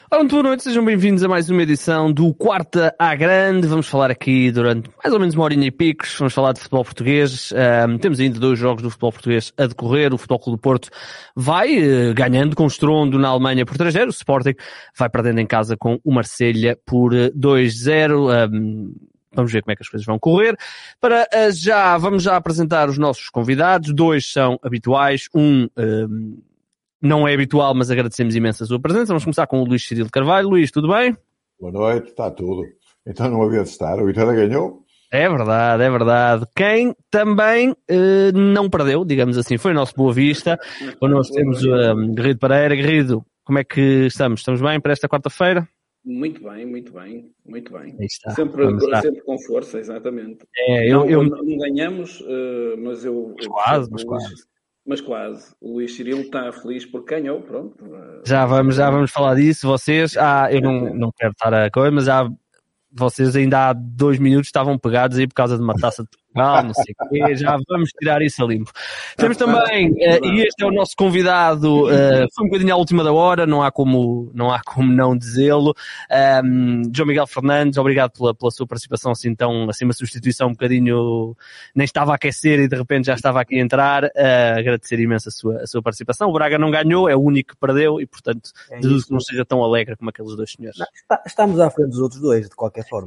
Ora, muito boa noite, sejam bem-vindos a mais uma edição do Quarta à Grande. Vamos falar aqui durante mais ou menos uma horinha e picos. Vamos falar de futebol português. Temos ainda 2 jogos do futebol português a decorrer. O Futebol Clube do Porto vai ganhando com estrondo na Alemanha por 3-0. O Sporting vai perdendo em casa com o Marselha por 2-0. Vamos ver como é que as coisas vão correr. Vamos já apresentar os nossos convidados. 2 são habituais. Não é habitual, mas agradecemos imenso a sua presença. Vamos começar com o Luís Cirilo Carvalho. Luís, tudo bem? Boa noite, está tudo. Então não havia de estar, o Vitória ganhou. É verdade, é verdade. Quem também não perdeu, digamos assim, foi o nosso Boa Vista. Nós temos Garrido Pereira. Garrido, como é que estamos? Estamos bem para esta quarta-feira? Muito bem, muito bem, muito bem. Sempre com força, exatamente. Não ganhamos, mas quase. Mas quase. O Luís Cirilo está feliz porque ganhou, pronto. Já vamos falar disso. Vocês, eu não quero estar a coisa, mas vocês ainda há 2 minutos estavam pegados aí por causa de uma taça de Portugal, não sei o quê. Já vamos tirar isso a limpo. Temos também, e este é o nosso convidado, foi um bocadinho à última da hora, não há como não dizê-lo. João Miguel Fernandes, obrigado pela sua participação assim uma substituição um bocadinho, nem estava a aquecer e de repente já estava aqui a entrar. Agradecer imenso a sua participação. O Braga não ganhou, é o único que perdeu e, portanto, deduzo que não seja tão alegre como aqueles 2 senhores. Estamos à frente dos outros 2, de qualquer forma.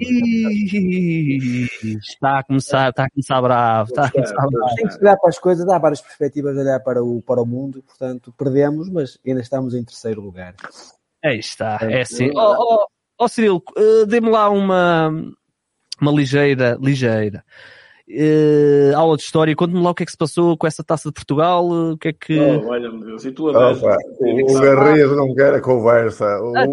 Está a começar bravo. Tem que olhar para as coisas, há várias perspectivas de olhar para o mundo, portanto, perdemos, mas ainda estamos em 3º lugar. Aí está, é assim. Cirilo, dê-me lá uma ligeira aula de história. Conte-me lá o que é que se passou com essa taça de Portugal, o que é que... Olha-me Deus, e tu a o Garrido não quer a conversa.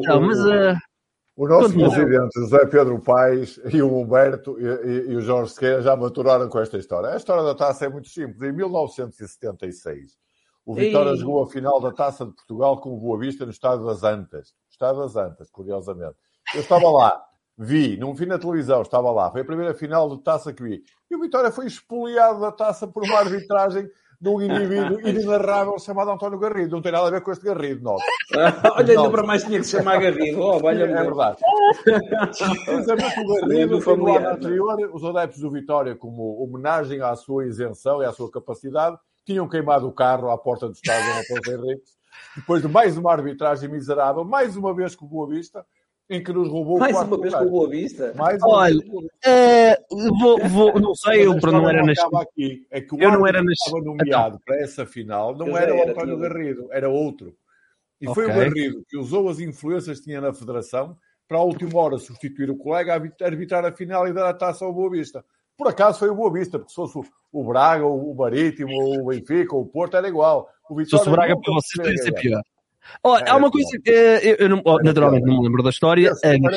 O nosso presidente, José Pedro Paes, e o Humberto e o Jorge Sequeira já maturaram com esta história. A história da taça é muito simples. Em 1976, o Vitória jogou a final da Taça de Portugal com o Boa Vista no Estádio das Antas. Estádio das Antas, curiosamente. Eu estava lá, não vi na televisão, estava lá. Foi a primeira final de taça que vi. E o Vitória foi expoliado da taça por uma arbitragem de um indivíduo inenarrável chamado António Garrido. Não tem nada a ver com este Garrido, nosso. Olha, ainda para mais tinha que se chamar Garrido. É verdade. Precisamente o Garrido, no ano anterior, os adeptos do Vitória, como homenagem à sua isenção e à sua capacidade, tinham queimado o carro à porta do estádio na Ponte Henriques, depois de mais uma arbitragem miserável, mais uma vez com o Boa Vista, em que nos roubou mais uma vez com o Boa Vista. Olha, não sei, eu não era nascido. É que o árbitro que estava nomeado para essa final não era o António Garrido, era outro. E foi o Garrido que usou as influências que tinha na Federação para à última hora substituir o colega a arbitrar a final e dar a taça ao Boa Vista. Por acaso foi o Boa Vista, porque se fosse o Braga, ou o Marítimo, ou o Benfica, ou o Porto, era igual. Se fosse o Braga, para vocês poderia ser pior. Olha, há uma coisa que eu naturalmente não me lembro da história.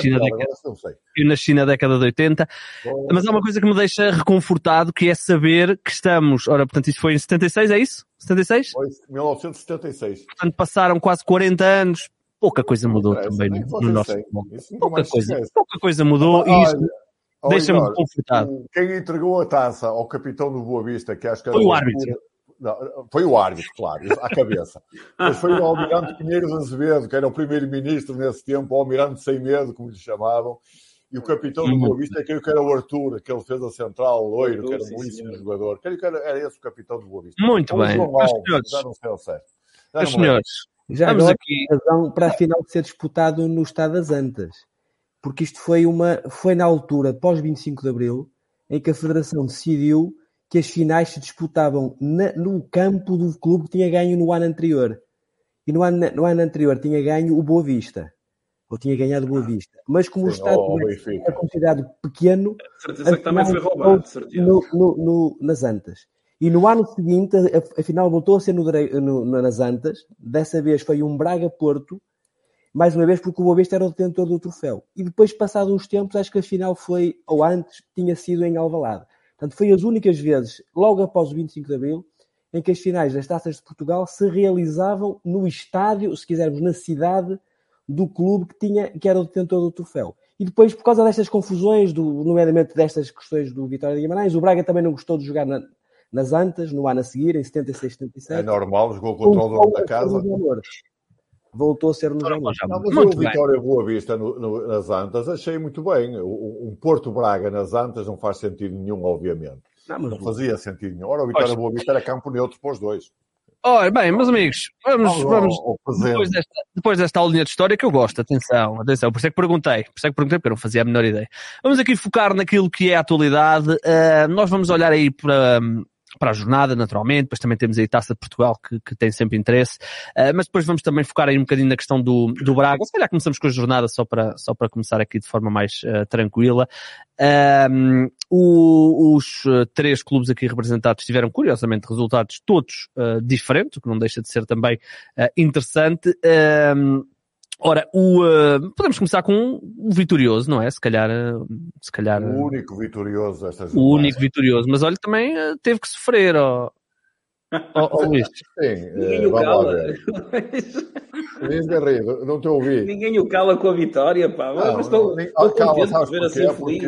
Eu nasci na década de 80, mas há uma coisa que me deixa reconfortado, que é saber que estamos... Ora, portanto, isso foi em 76, é isso? 76? Foi 1976. Portanto, passaram quase 40 anos. Pouca coisa mudou também no nosso futebol. Pouca coisa mudou e isso deixa-me reconfortado. Quem entregou a taça ao capitão do Boa Vista, que acho que era foi o árbitro. Não, foi o árbitro, claro, à cabeça. Mas foi o Almirante Pinheiro de Azevedo, que era o primeiro-ministro nesse tempo, o Almirante Sem Medo, como lhe chamavam. E o capitão do Boa Vista, creio que era o Arthur, que ele fez a central, loiro, que era um belíssimo jogador. Creio que era esse o capitão do Boa Vista. Muito bem. Já não sei ao certo. Meus senhores, já vamos agora aqui. Razão para a final ser disputado no Estádio das Antas. Porque isto foi na altura, pós 25 de Abril, em que a Federação decidiu que as finais se disputavam no campo do clube que tinha ganho no ano anterior. E no ano anterior tinha ganho o Boa Vista. Ou tinha ganhado o Boa Vista. Mas como o estádio é considerado pequeno, certeza que também foi roubado, nas Antas. E no ano seguinte, a final voltou a ser nas Antas. Dessa vez foi um Braga-Porto, mais uma vez porque o Boa Vista era o detentor do troféu. E depois, passados uns tempos, acho que a final foi, ou antes, tinha sido em Alvalade. Portanto, foi as únicas vezes, logo após o 25 de Abril, em que as finais das Taças de Portugal se realizavam no estádio, se quisermos, na cidade do clube que era o detentor do troféu. E depois, por causa destas confusões, nomeadamente destas questões do Vitória de Guimarães, o Braga também não gostou de jogar nas Antas, no ano a seguir, em 76, 77. É normal, jogou contra o dono da casa. voltou a ser no jogo. Mas o Vitória Boa Vista nas Antas achei muito bem. Um Porto Braga nas Antas não faz sentido nenhum, obviamente. Não fazia sentido nenhum. Ora, o Vitória Boa Vista era campo neutro para os dois. Ora, bem, meus amigos, vamos depois desta aulinha de história que eu gosto, atenção, por isso é que perguntei, porque eu não fazia a menor ideia. Vamos aqui focar naquilo que é a atualidade, nós vamos olhar aí para a jornada, naturalmente, depois também temos aí a Taça de Portugal, que tem sempre interesse, mas depois vamos também focar aí um bocadinho na questão do Braga. Se calhar começamos com a jornada só para começar aqui de forma mais tranquila. Os 3 clubes aqui representados tiveram, curiosamente, resultados todos diferentes, o que não deixa de ser também interessante. Ora, podemos começar com o vitorioso, não é? Se calhar... O único vitorioso desta jornada. O único vitorioso. Mas olha, também teve que sofrer, Luís. Sim, ninguém o cala. Luís Garrido, não te ouvi. Ninguém o cala com a vitória, pá. Não, estou contente de ver assim feliz.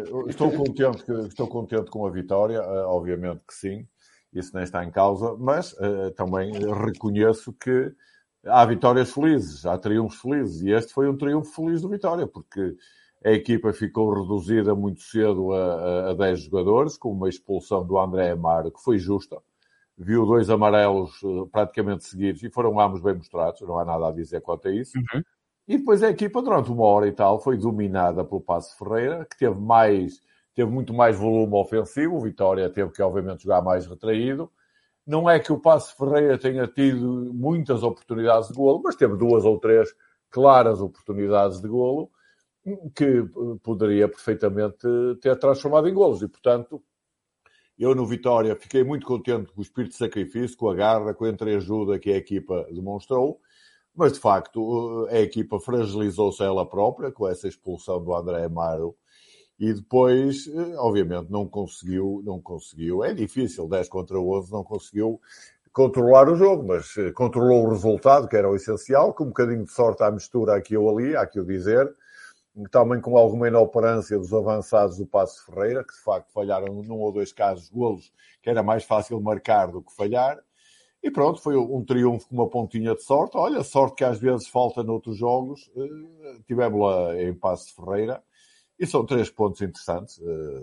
Estou contente com a vitória, obviamente que sim. Isso nem está em causa. Mas também reconheço que há vitórias felizes, há triunfos felizes, e este foi um triunfo feliz do Vitória, porque a equipa ficou reduzida muito cedo a 10 jogadores, com uma expulsão do André Amaro, que foi justa. Viu 2 amarelos praticamente seguidos, e foram ambos bem mostrados, não há nada a dizer quanto a isso. Uhum. E depois a equipa, durante 1 hora e tal, foi dominada pelo Paço Ferreira, que teve muito mais volume ofensivo. O Vitória teve que, obviamente, jogar mais retraído. Não é que o Paço Ferreira tenha tido muitas oportunidades de golo, mas teve 2 ou 3 claras oportunidades de golo que poderia perfeitamente ter transformado em golos. E, portanto, eu no Vitória fiquei muito contente com o espírito de sacrifício, com a garra, com a entreajuda que a equipa demonstrou, mas, de facto, a equipa fragilizou-se ela própria com essa expulsão do André Amaro. E depois, obviamente, não conseguiu. É difícil, 10 contra 11, não conseguiu controlar o jogo, mas controlou o resultado, que era o essencial, com um bocadinho de sorte à mistura aqui ou ali, há que o dizer, também com alguma inoperância dos avançados do Paço Ferreira, que de facto falharam num ou 2 casos golos, que era mais fácil marcar do que falhar. E pronto, foi um triunfo com uma pontinha de sorte. Olha, sorte que às vezes falta noutros jogos. Tivemos-la em Paço Ferreira. E são 3 pontos interessantes.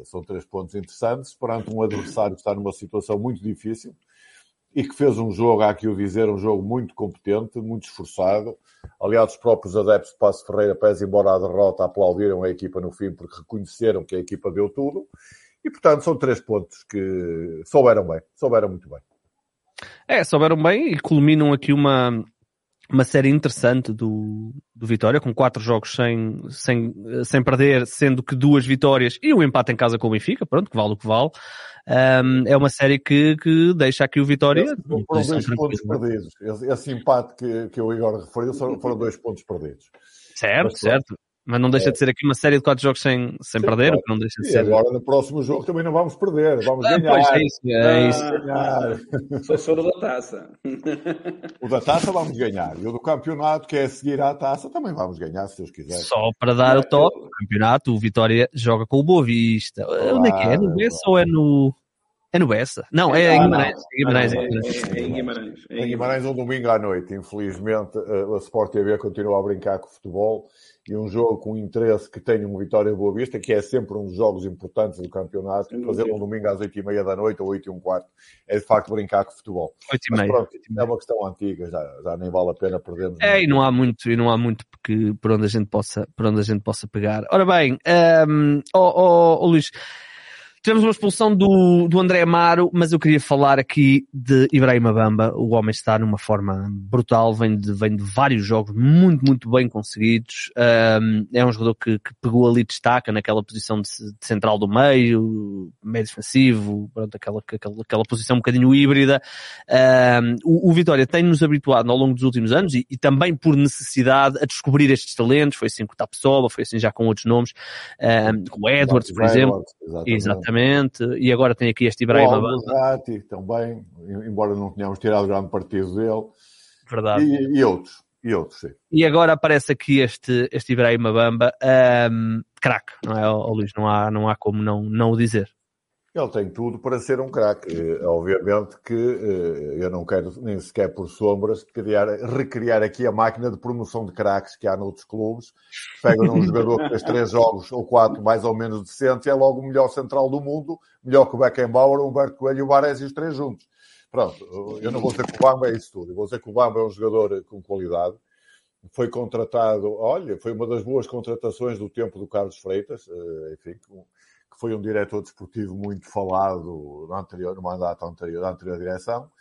Perante um adversário que está numa situação muito difícil e que fez um jogo, há que o dizer, um jogo muito competente, muito esforçado. Aliás, os próprios adeptos de Paço Ferreira, pese embora a derrota, aplaudiram a equipa no fim porque reconheceram que a equipa deu tudo. E, portanto, são 3 pontos que souberam muito bem. Souberam bem e culminam aqui uma série interessante do Vitória, com 4 jogos sem perder, sendo que 2 vitórias e um empate em casa com o Benfica, pronto, que vale o que vale. É uma série que deixa aqui o Vitória... Foram 2 pontos perdidos. Esse empate que o Igor referiu foram 2 pontos perdidos. Certo. Mas não deixa de ser aqui uma série de 4 jogos sem perder, o que não deixa de ser. E agora no próximo jogo também não vamos perder, vamos ganhar. Pois é isso. Só o da taça. O da taça vamos ganhar. E o do campeonato, que é a seguir à taça, também vamos ganhar, se Deus quiser. Só para dar o toque, o campeonato, o Vitória joga com o Boa Vista. Onde é que é? É no Bessa ou é no... É no Bessa? Não, é em Guimarães. É em Guimarães. Em Guimarães, um domingo à noite. Infelizmente, a Sport TV continua a brincar com o futebol e um jogo com interesse que tem um Vitória Boa Vista, que é sempre um dos jogos importantes do campeonato, fazer um domingo às 8h30 da noite ou 8h15, é de facto brincar com o futebol. 8h30. Mas pronto, é uma questão antiga, já nem vale a pena perdermos. E não há muito porque por onde a gente possa pegar. Ora bem, Luís, tivemos uma expulsão do André Amaro, mas eu queria falar aqui de Ibrahima Bamba. O homem está numa forma brutal, vem de vários jogos muito, muito bem conseguidos. É um jogador que pegou ali, destaca naquela posição de central do meio defensivo, pronto, aquela posição um bocadinho híbrida. O Vitória tem-nos habituado ao longo dos últimos anos e também por necessidade a descobrir estes talentos. Foi assim com o Tapsoba, foi assim já com outros nomes, com o Edwards, por exemplo. Exatamente. E agora tem aqui este Ibrahima Bamba. O também, embora não tenhamos tirado grande partido dele. Verdade. E outros, sim. E agora aparece aqui este Ibrahima Bamba, craque, não é, Luís? Não há como não o dizer. Ele tem tudo para ser um craque. Obviamente que eu não quero nem sequer por sombras recriar aqui a máquina de promoção de craques que há noutros clubes. Pegam num jogador que fez 3 jogos ou 4 mais ou menos decentes e é logo o melhor central do mundo, melhor que o Beckenbauer, o Humberto Coelho e o Baresi, os 3 juntos. Pronto, eu não vou dizer que o Bamba é isso tudo. Eu vou dizer que o Bamba é um jogador com qualidade. Foi contratado, foi uma das boas contratações do tempo do Carlos Freitas, enfim, que foi um diretor desportivo muito falado no mandato anterior, da anterior direção.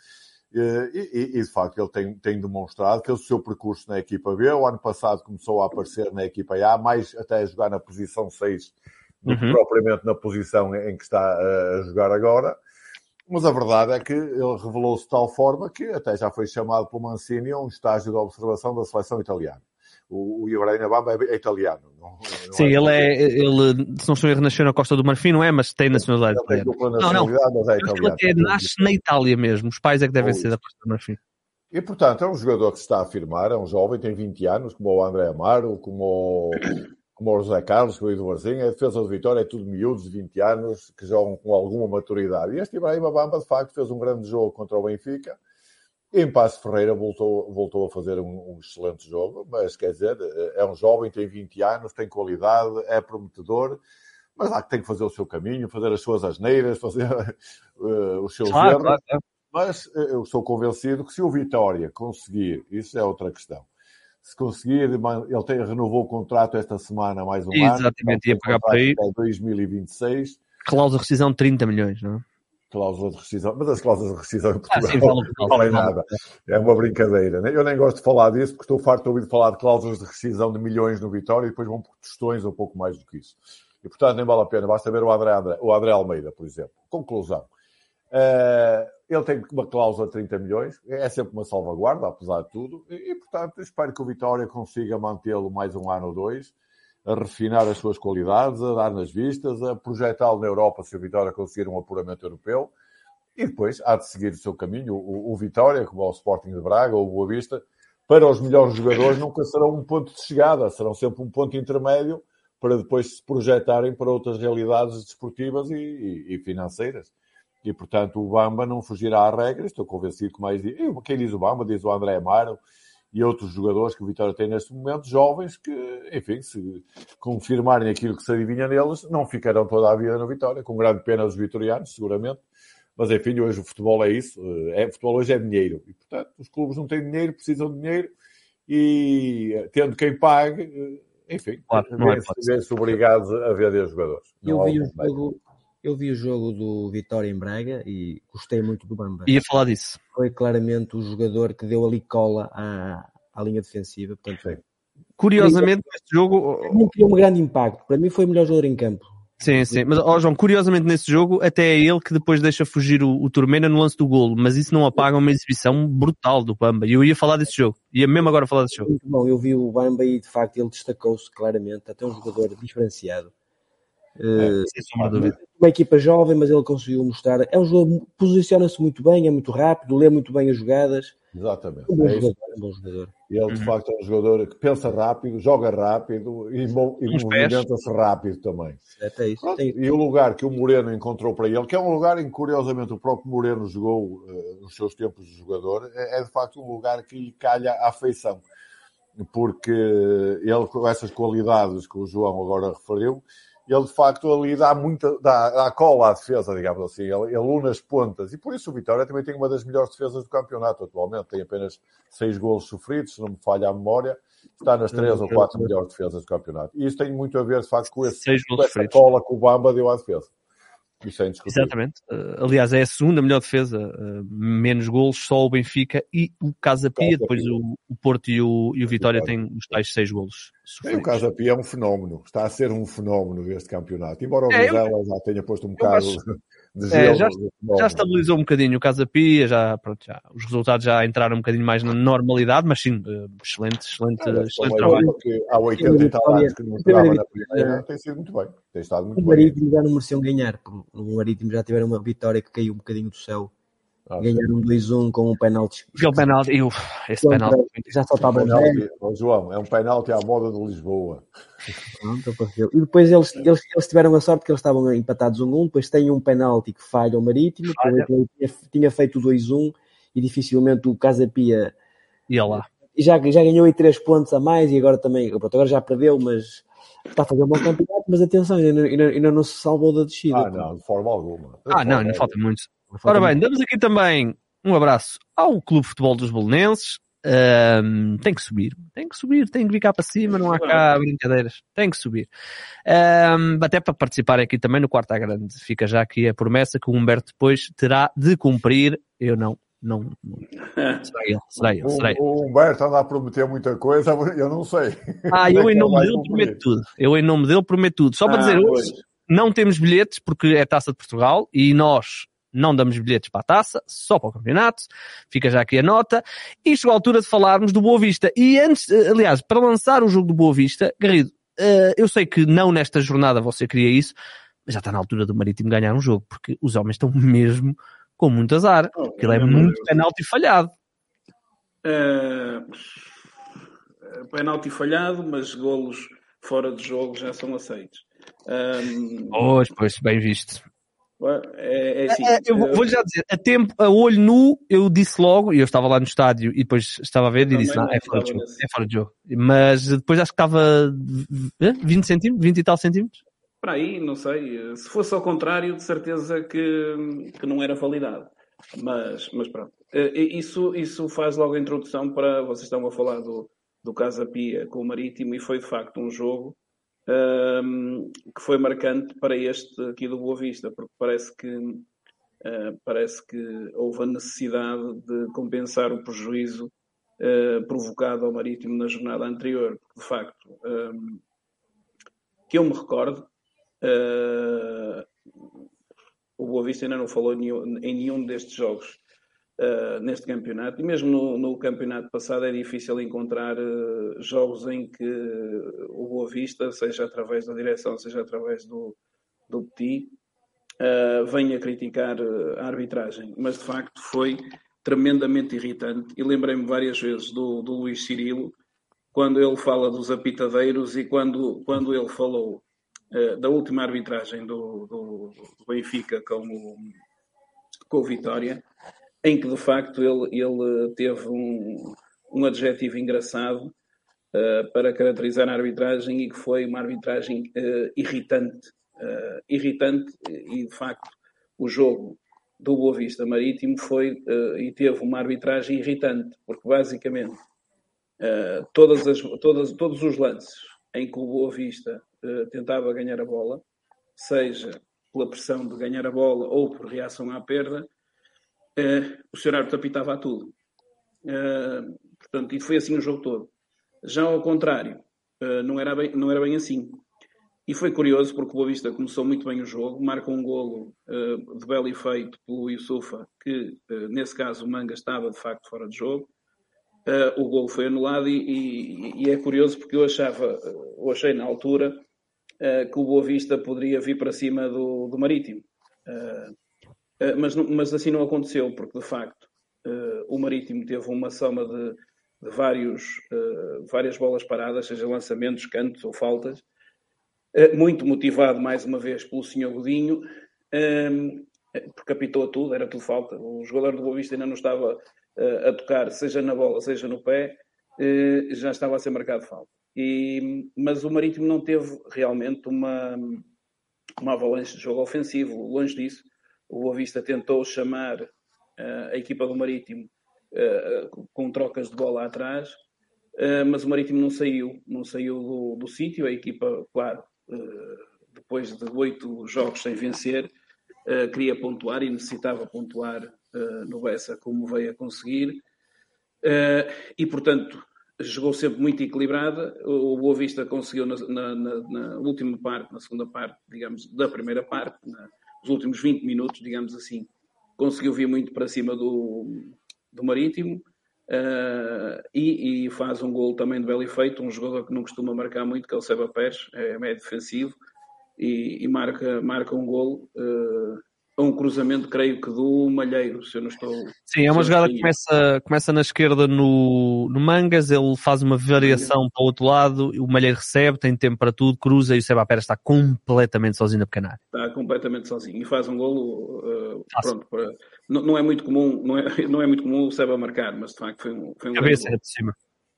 E de facto, ele tem demonstrado que o seu percurso na equipa B, o ano passado começou a aparecer na equipa A, mais até a jogar na posição 6, do que propriamente na posição em que está a jogar agora. Mas a verdade é que ele revelou-se de tal forma que até já foi chamado pelo Mancini a um estágio de observação da seleção italiana. O Ibrahim Bamba é italiano. Sim, ele, se não estou a nascer na Costa do Marfim, não é? Mas tem nacionalidade italiana. Não. Mas é italiano. Ele nasce na Itália mesmo. Os pais é que devem ser da Costa do Marfim. E, portanto, é um jogador que se está a afirmar, é um jovem, tem 20 anos, como o André Amaro, como o José Carlos, que veio do Varzinho. A defesa de Vitória é tudo miúdos de 20 anos que jogam com alguma maturidade. E este Ibrahim Bamba, de facto, fez um grande jogo contra o Benfica. E em Paços Ferreira voltou a fazer um excelente jogo, mas quer dizer, é um jovem, tem 20 anos, tem qualidade, é prometedor, mas há que tem que fazer o seu caminho, fazer as suas asneiras, fazer os seus erros. Claro. Mas eu estou convencido que se o Vitória conseguir, isso é outra questão, se conseguir, ele renovou o contrato esta semana mais um ano. Exatamente, ia pagar por aí. Até 2026. Cláusula de rescisão de 30 milhões, não é? Cláusula de rescisão, mas as cláusulas de rescisão em Portugal não valem nada. É uma brincadeira. Né? Eu nem gosto de falar disso, porque estou farto de ouvir falar de cláusulas de rescisão de milhões no Vitória e depois vão por tostões um pouco mais do que isso. E, portanto, nem vale a pena. Basta ver o André Almeida, por exemplo. Conclusão. Ele tem uma cláusula de 30 milhões. É sempre uma salvaguarda, apesar de tudo. E portanto, espero que o Vitória consiga mantê-lo mais um ano ou 2, a refinar as suas qualidades, a dar nas vistas, a projetá-lo na Europa se o Vitória conseguir um apuramento europeu. E depois há de seguir o seu caminho. O Vitória, como o Sporting de Braga ou o Boa Vista, para os melhores jogadores nunca serão um ponto de chegada, serão sempre um ponto intermédio para depois se projetarem para outras realidades desportivas e financeiras. E, portanto, o Bamba não fugirá à regra. Estou convencido que mais... Quem diz o Bamba, diz o André Amaro e outros jogadores que o Vitória tem neste momento, jovens que, enfim, se confirmarem aquilo que se adivinha neles, não ficarão toda a vida no Vitória, com grande pena dos vitorianos, seguramente. Mas, enfim, hoje o futebol é isso. O futebol hoje é dinheiro. E, portanto, os clubes não têm dinheiro, precisam de dinheiro e, tendo quem pague, enfim, vê-se obrigados a vender jogadores. Eu vi o jogo do Vitória em Braga e gostei muito do Bamba. Ia falar disso. Foi claramente o jogador que deu ali cola à linha defensiva. Portanto, curiosamente, neste jogo... Não criou um grande impacto. Para mim foi o melhor jogador em campo. Sim. Mas, João, curiosamente nesse jogo, até é ele que depois deixa fugir o Turmena no lance do golo. Mas isso não apaga uma exibição brutal do Bamba. E eu ia falar desse jogo. Ia mesmo agora falar desse jogo. Muito bom. Eu vi o Bamba e, de facto, ele destacou-se claramente. Até um jogador diferenciado. Sem sombra de dúvida. Uma equipa jovem, mas ele conseguiu mostrar. É um jogador, posiciona-se muito bem, é muito rápido, lê muito bem as jogadas. Exatamente. Um bom jogador. E ele, de facto, é um jogador que pensa rápido, joga rápido e movimenta-se rápido também. Até isso. E o lugar que o Moreno encontrou para ele, que é um lugar em que, curiosamente, o próprio Moreno jogou nos seus tempos de jogador, é de facto um lugar que lhe calha à feição. Porque ele, com essas qualidades que o João agora referiu, ele, de facto, ali dá cola à defesa, digamos assim. Ele une as pontas. E por isso o Vitória também tem uma das melhores defesas do campeonato atualmente. Tem apenas 6 golos sofridos, se não me falha a memória. Está nas 3 ou 4 melhores defesas do campeonato. E isso tem muito a ver, de facto, com essa cola que o Bamba deu à defesa. Isso é indiscutível. Exatamente. Aliás, é a segunda melhor defesa. Menos golos, só o Benfica e o Casa Pia. Depois o Porto e o Vitória têm os tais 6 golos. E o Casa Pia é um fenómeno. Está a ser um fenómeno este campeonato. Embora o Vizela já tenha posto um bocado de gelo. Já estabilizou um bocadinho o Casa Pia. Os resultados já entraram um bocadinho mais na normalidade. Mas sim, excelente trabalho. Há 80 e tal anos que não estava na primeira. Tem sido muito bem. Tem estado muito bem. O Marítimo já não mereciam ganhar. O Marítimo já tiveram uma vitória que caiu um bocadinho do céu. Ganharam 2-1 com um penalti. Aquele penalti, esse penalti. Já só estava João, é um penalti à moda de Lisboa. Pronto, apareceu. E depois eles tiveram a sorte que eles estavam empatados 1-1, depois tem um penalti que falha o Marítimo, tinha feito 2-1 e dificilmente o Casa Pia ia lá. E já ganhou aí 3 pontos a mais e agora também, pronto, agora já perdeu, mas está a fazer um bom campeonato, mas atenção, ainda não se salvou da descida. Não, de forma alguma. Ainda falta muito. Ora bem, damos aqui também um abraço ao Clube de Futebol dos Belenenses. Tem que subir, tem que vir cá para cima, não há cá brincadeiras, tem que subir. Até para participar aqui também no Quarto à Grande. Fica já aqui a promessa que o Humberto depois terá de cumprir. Eu não. Será ele. O Humberto anda a prometer muita coisa, eu não sei. Eu em nome dele prometo tudo. Só para dizer, hoje não temos bilhetes porque é Taça de Portugal e nós não damos bilhetes para a taça, só para o campeonato. Fica já aqui a nota. E chegou a altura de falarmos do Boa Vista. E antes, aliás, para lançar o jogo do Boa Vista, Garrido, eu sei que não nesta jornada você queria isso, mas já está na altura do Marítimo ganhar um jogo, porque os homens estão mesmo com muito azar. Aquilo é muito penalti falhado. Penalti falhado, mas golos fora de jogo já são aceitos. Pois, bem visto. Assim, eu vou-lhe já dizer, a olho nu, eu disse logo, e eu estava lá no estádio e depois estava a ver e disse, é fora de jogo. Mas depois acho que estava 20 centímetros, 20 e tal centímetros. Para aí, não sei. Se fosse ao contrário, de certeza que não era validado. Mas pronto. Isso faz logo a introdução para... Vocês estão a falar do Casa Pia com o Marítimo e foi de facto um jogo que foi marcante para este aqui do Boa Vista, porque parece que houve a necessidade de compensar o prejuízo provocado ao Marítimo na jornada anterior. Porque, de facto, que eu me recordo, o Boa Vista ainda não falou em nenhum destes jogos neste campeonato, e mesmo no campeonato passado é difícil encontrar jogos em que o Boa Vista, seja através da direção, seja através do Petit, venha criticar a arbitragem, mas de facto foi tremendamente irritante, e lembrei-me várias vezes do Luís Cirilo, quando ele fala dos apitadeiros e quando ele falou da última arbitragem do Benfica com o Vitória, em que de facto ele teve um adjetivo engraçado para caracterizar a arbitragem, e que foi uma arbitragem irritante. Irritante, e de facto o jogo do Boa Vista Marítimo foi e teve uma arbitragem irritante, porque basicamente todos os lances em que o Boa Vista tentava ganhar a bola, seja pela pressão de ganhar a bola ou por reação à perda, o Sr. árbitro apitava a tudo. Portanto, e foi assim o jogo todo. Já ao contrário, não era bem assim. E foi curioso porque o Boa Vista começou muito bem o jogo, marca um golo de belo efeito pelo Yusufa, que nesse caso o Manga estava de facto fora de jogo. O golo foi anulado e é curioso porque eu achei na altura que o Boa Vista poderia vir para cima do Marítimo. Mas assim não aconteceu, porque de facto o Marítimo teve uma soma de várias bolas paradas, seja lançamentos, cantos ou faltas, muito motivado mais uma vez pelo Sr. Godinho, porque apitou a tudo, era tudo falta. O jogador do Boa Vista ainda não estava a tocar, seja na bola, seja no pé, já estava a ser marcado falta. Mas o Marítimo não teve realmente uma avalanche de jogo ofensivo, longe disso. O Boa Vista tentou chamar a equipa do Marítimo com trocas de bola atrás, mas o Marítimo não saiu do sítio. A equipa, claro, depois de 8 jogos sem vencer, queria pontuar e necessitava pontuar no Bessa, como veio a conseguir, e portanto jogou sempre muito equilibrada. O Boa Vista conseguiu na última parte, na segunda parte, digamos, da primeira parte, nos últimos 20 minutos, digamos assim, conseguiu vir muito para cima do Marítimo, e faz um golo também de belo efeito, um jogador que não costuma marcar muito, que é o Seba Pérez, é médio defensivo, e marca um golo um cruzamento, creio que do Malheiro, se eu não estou... Sim, é uma jogada que começa na esquerda no Mangas, ele faz uma variação para o outro lado, o Malheiro recebe, tem tempo para tudo, cruza e o Seba Pérez está completamente sozinho na pequena área. Está completamente sozinho e faz um golo, pronto, não é muito comum, não é muito comum o Seba marcar, mas de facto foi um cabeça de cima.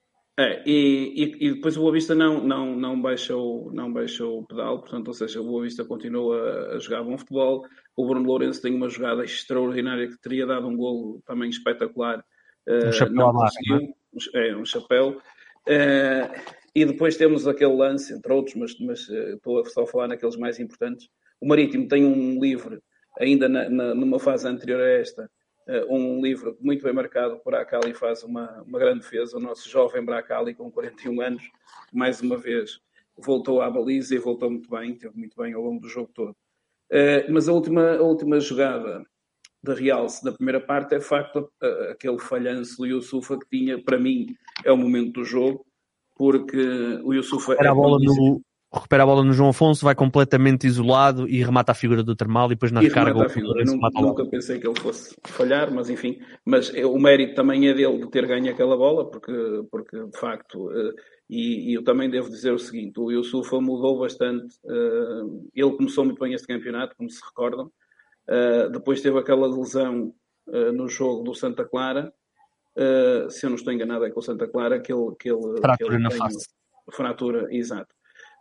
E depois o Boa Vista não baixou o pedal, portanto, ou seja, o Boa Vista continua a jogar bom futebol. O Bruno Lourenço tem uma jogada extraordinária que teria dado um golo também espetacular. Não conseguiu, um chapéu. E depois temos aquele lance, entre outros, mas estou só a falar naqueles mais importantes. O Marítimo tem um livre, ainda numa fase anterior a esta, um livro muito bem marcado por Bracali, faz uma grande defesa. O nosso jovem Bracali, com 41 anos, mais uma vez voltou à baliza e voltou muito bem, esteve muito bem ao longo do jogo todo. Mas a última jogada de realce da primeira parte é de facto aquele falhanço do Youssoufa, que tinha, para mim, é o momento do jogo, porque o Youssoufa recupera a bola no João Afonso, vai completamente isolado e remata a figura do Termal e depois na recarga nunca pensei que ele fosse falhar, mas enfim, mas o mérito também é dele de ter ganho aquela bola, porque de facto, e eu também devo dizer o seguinte, o Youssoufa mudou bastante, ele começou muito bem este campeonato, como se recordam, depois teve aquela lesão no jogo do Santa Clara, se eu não estou enganado é com o Santa Clara, que ele fratura na face. Fratura, exato.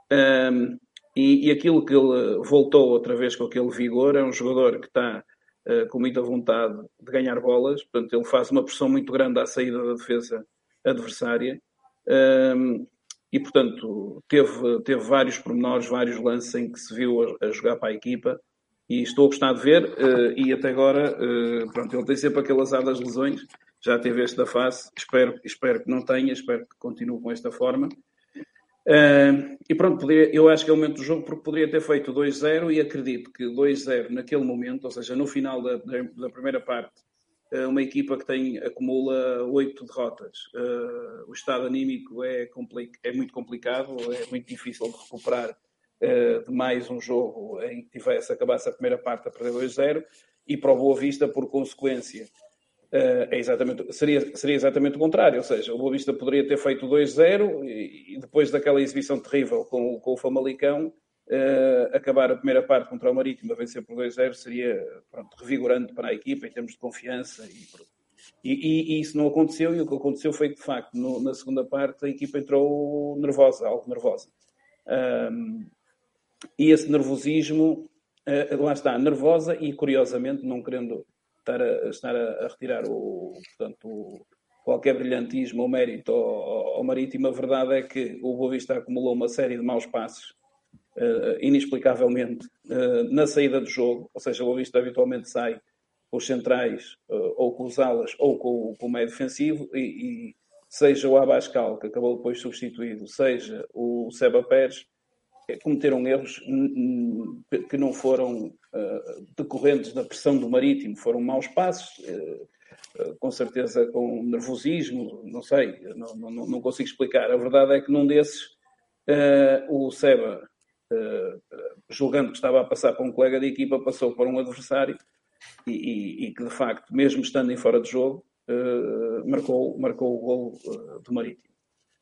E aquilo que ele voltou outra vez com aquele vigor, é um jogador que está com muita vontade de ganhar bolas, portanto ele faz uma pressão muito grande à saída da defesa adversária, e portanto teve vários pormenores, vários lances em que se viu a jogar para a equipa, e estou a gostar de ver, e até agora pronto, ele tem sempre aquele azar das lesões, já teve este da face, espero que não tenha, espero que continue com esta forma. E pronto, eu acho que é o momento do jogo, porque poderia ter feito 2-0, e acredito que 2-0 naquele momento, ou seja, no final da primeira parte, uma equipa que acumula 8 derrotas, o estado anímico é muito complicado, é muito difícil de recuperar de mais um jogo em que acabasse a primeira parte a perder 2-0, e para o Boa Vista, por consequência, seria exatamente o contrário, ou seja, o Boa Vista poderia ter feito 2-0 e depois daquela exibição terrível com o Famalicão, acabar a primeira parte contra o Marítimo a vencer por 2-0 seria, pronto, revigorante para a equipa em termos de confiança, e isso não aconteceu, e o que aconteceu foi que, de facto, na segunda parte a equipa entrou algo nervosa, e esse nervosismo, lá está, nervosa, e curiosamente, não querendo estar a retirar portanto, qualquer brilhantismo ou mérito ao Marítimo, a verdade é que o Boa Vista acumulou uma série de maus passos, inexplicavelmente, na saída do jogo, ou seja, o Boa Vista habitualmente sai com os centrais, ou com os alas, ou com o meio defensivo, e seja o Abascal, que acabou depois substituído, seja o Seba Pérez, cometeram erros que não foram decorrentes da pressão do Marítimo, foram maus passos, com certeza com nervosismo, não sei, não consigo explicar. A verdade é que num desses, o Seba, julgando que estava a passar para um colega de equipa, passou para um adversário, e que de facto, mesmo estando em fora de jogo, marcou o golo do Marítimo.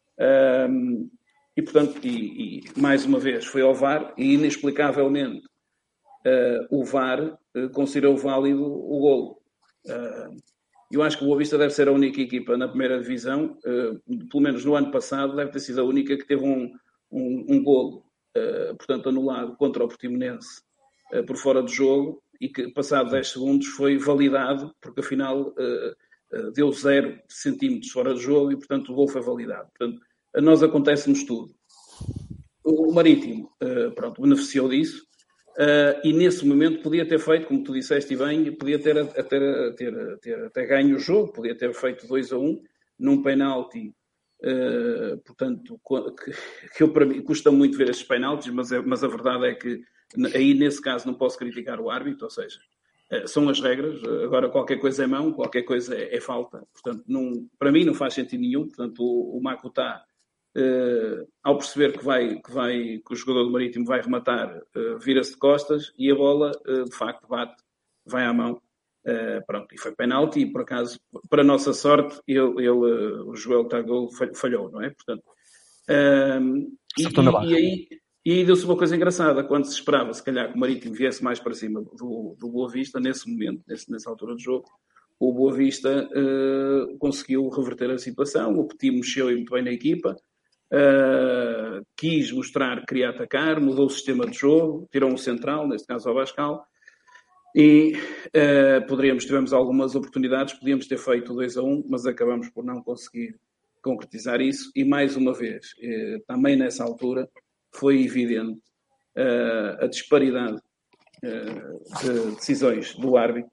E, portanto, mais uma vez foi ao VAR, e inexplicavelmente o VAR considerou válido o golo. Eu acho que o Boa Vista deve ser a única equipa na primeira divisão, pelo menos no ano passado, deve ter sido a única que teve um golo, portanto, anulado contra o Portimonense por fora do jogo, e que, passado 10 segundos, foi validado, porque afinal deu 0 centímetros fora do jogo, e, portanto, o golo foi validado. Portanto, a nós acontece-nos tudo. O Marítimo, pronto, beneficiou disso, e nesse momento podia ter feito, como tu disseste bem, podia ter até ganho o jogo, podia ter feito 2-1 num penalti, portanto, que para mim custa muito ver estes penaltis, mas a verdade é que aí nesse caso não posso criticar o árbitro, ou seja, são as regras. Agora qualquer coisa é mão, qualquer coisa é falta, portanto para mim não faz sentido nenhum. Portanto o Makutá, ao perceber que o jogador do Marítimo vai rematar, vira-se de costas, e a bola de facto bate vai à mão. Pronto, e foi penalti, e por acaso, para a nossa sorte, o Joel Tagol falhou, não é? Portanto, e aí deu-se uma coisa engraçada, quando se esperava, se calhar, que o Marítimo viesse mais para cima do Boa Vista, nesse momento, nessa altura do jogo, o Boa Vista conseguiu reverter a situação, o Petit mexeu muito bem na equipa, quis mostrar que queria atacar, mudou o sistema de jogo, tirou um central, neste caso o Abascal, e tivemos algumas oportunidades, podíamos ter feito 2-1, mas acabamos por não conseguir concretizar isso, e mais uma vez, também nessa altura, foi evidente a disparidade de decisões do árbitro,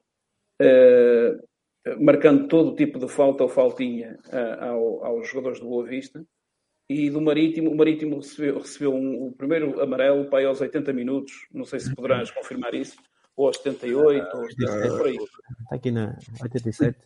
marcando todo tipo de falta ou faltinha aos jogadores do Boa Vista, e do Marítimo. O Marítimo recebeu o primeiro amarelo para aí aos 80 minutos, não sei se poderás confirmar isso, ou aos 78, ou aos 77, por aí. Está aqui na 87.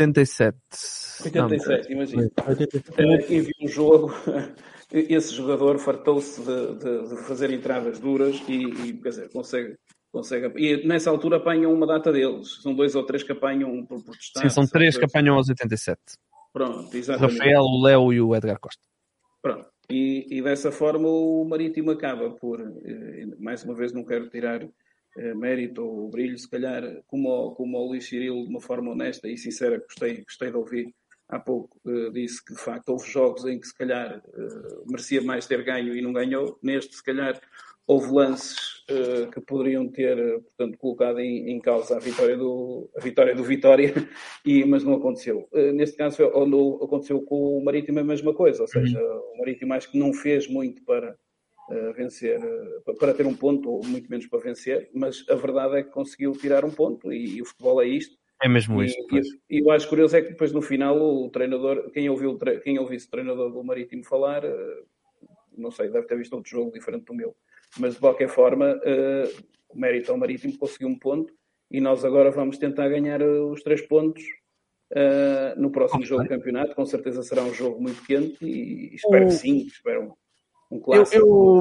87, imagina. Quem viu o jogo, esse jogador fartou-se de fazer entradas duras e quer dizer, consegue. E nessa altura apanham uma data deles. São 2 ou 3 que apanham por destaque. Sim, são 3 que apanham aos 87. Pronto, exatamente. O Rafael, o Léo e o Edgar Costa. Pronto. E dessa forma o Marítimo acaba por, mais uma vez não quero tirar mérito ou brilho, se calhar, como o Luís Cirilo, de uma forma honesta e sincera, gostei de ouvir há pouco, disse que de facto houve jogos em que se calhar merecia mais ter ganho e não ganhou. Neste, se calhar, houve lances que poderiam ter, portanto, colocado em causa a vitória do Vitória, mas não aconteceu. Neste caso, aconteceu com o Marítimo a mesma coisa, ou seja, o Marítimo acho que não fez muito para vencer, para ter um ponto, ou muito menos para vencer, mas a verdade é que conseguiu tirar um ponto, e o futebol é isto. É mesmo isto. E eu acho curioso é que depois no final o treinador, quem ouviu o treinador do Marítimo falar, não sei, deve ter visto outro jogo diferente do meu, mas de qualquer forma, o mérito ao Marítimo, conseguiu um ponto, e nós agora vamos tentar ganhar os 3 pontos no próximo jogo do campeonato. Com certeza será um jogo muito quente, e espero que sim, espero um clássico.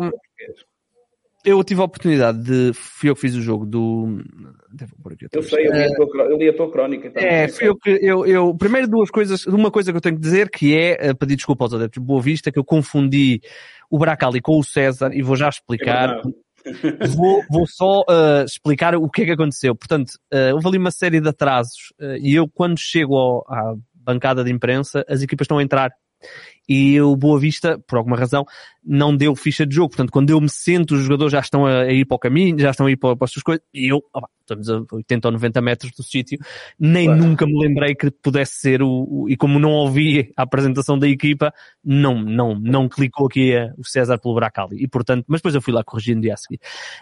Eu tive a oportunidade fui eu que fiz o jogo do... Eu sei, eu li a tua crónica. Fui eu que... Primeiro uma coisa que eu tenho que dizer, que é pedir desculpa aos adeptos de Boa Vista, que eu confundi o Bracali com o César, e vou já explicar. Vou só explicar o que é que aconteceu. Portanto, houve ali uma série de atrasos, e eu, quando chego à bancada de imprensa, as equipas estão a entrar. E o Boa Vista, por alguma razão, não deu ficha de jogo. Portanto, quando eu me sento, os jogadores já estão a ir para o caminho, já estão a ir para as suas coisas, e eu, estamos a 80 ou 90 metros do sítio, nunca me lembrei que pudesse ser e como não ouvi a apresentação da equipa, não clicou aqui o César pelo Bracali. E portanto, mas depois eu fui lá corrigindo no dia a seguir.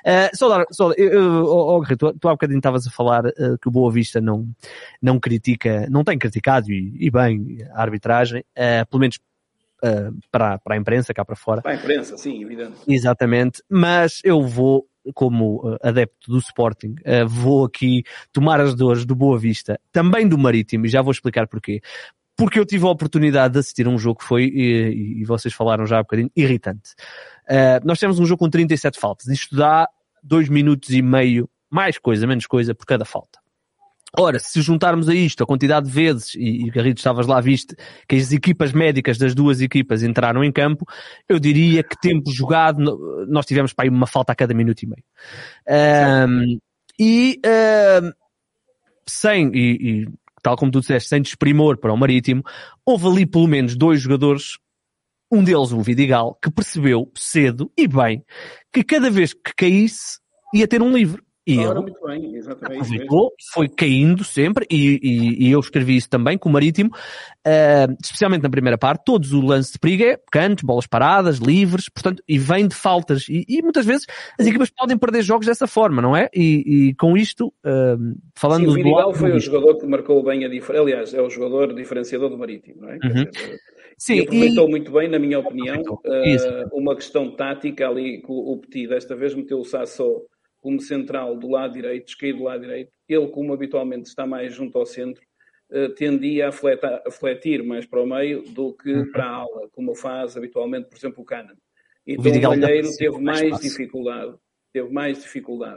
Guerreiro, tu há bocadinho estavas a falar que o Boa Vista não critica, não tem criticado, e bem, a arbitragem, pelo menos para a imprensa, cá para fora. Para a imprensa, sim, evidente. Exatamente, mas eu vou, como adepto do Sporting, vou aqui tomar as dores do Boa Vista, também do Marítimo, e já vou explicar porquê. Porque eu tive a oportunidade de assistir a um jogo que foi, e vocês falaram já há um bocadinho, irritante. Nós temos um jogo com 37 faltas, isto dá 2 minutos e meio, mais coisa, menos coisa, por cada falta. Ora, se juntarmos a isto a quantidade de vezes, e Garrido, estavas lá, viste que as equipas médicas das 2 equipas entraram em campo, eu diria que tempo jogado, nós tivemos para aí uma falta a cada minuto e meio. Tal como tu disseste, sem desprimor para o Marítimo, houve ali pelo menos 2 jogadores, um deles o Vidigal, que percebeu cedo e bem que cada vez que caísse ia ter um livre. E ele muito bem, aproveitou, foi caindo sempre, e eu escrevi isso também com o Marítimo, especialmente na primeira parte, todos o lance de perigo é cantos, bolas paradas, livres, portanto, e vem de faltas, e muitas vezes as equipas podem perder jogos dessa forma, não é? E com isto, falando do... Sim, o Vidigal foi o jogador que marcou bem a diferença, aliás, é o jogador diferenciador do Marítimo, não é? Uhum. Sim, e aproveitou muito bem, na minha opinião, uma questão tática ali, que o Petit desta vez meteu o Sassó como central do lado direito, descaído do lado direito. Ele, como habitualmente está mais junto ao centro, tendia a fletir mais para o meio do que para a ala, como faz habitualmente, por exemplo, o Cannon. Então o Malheiro teve mais dificuldade.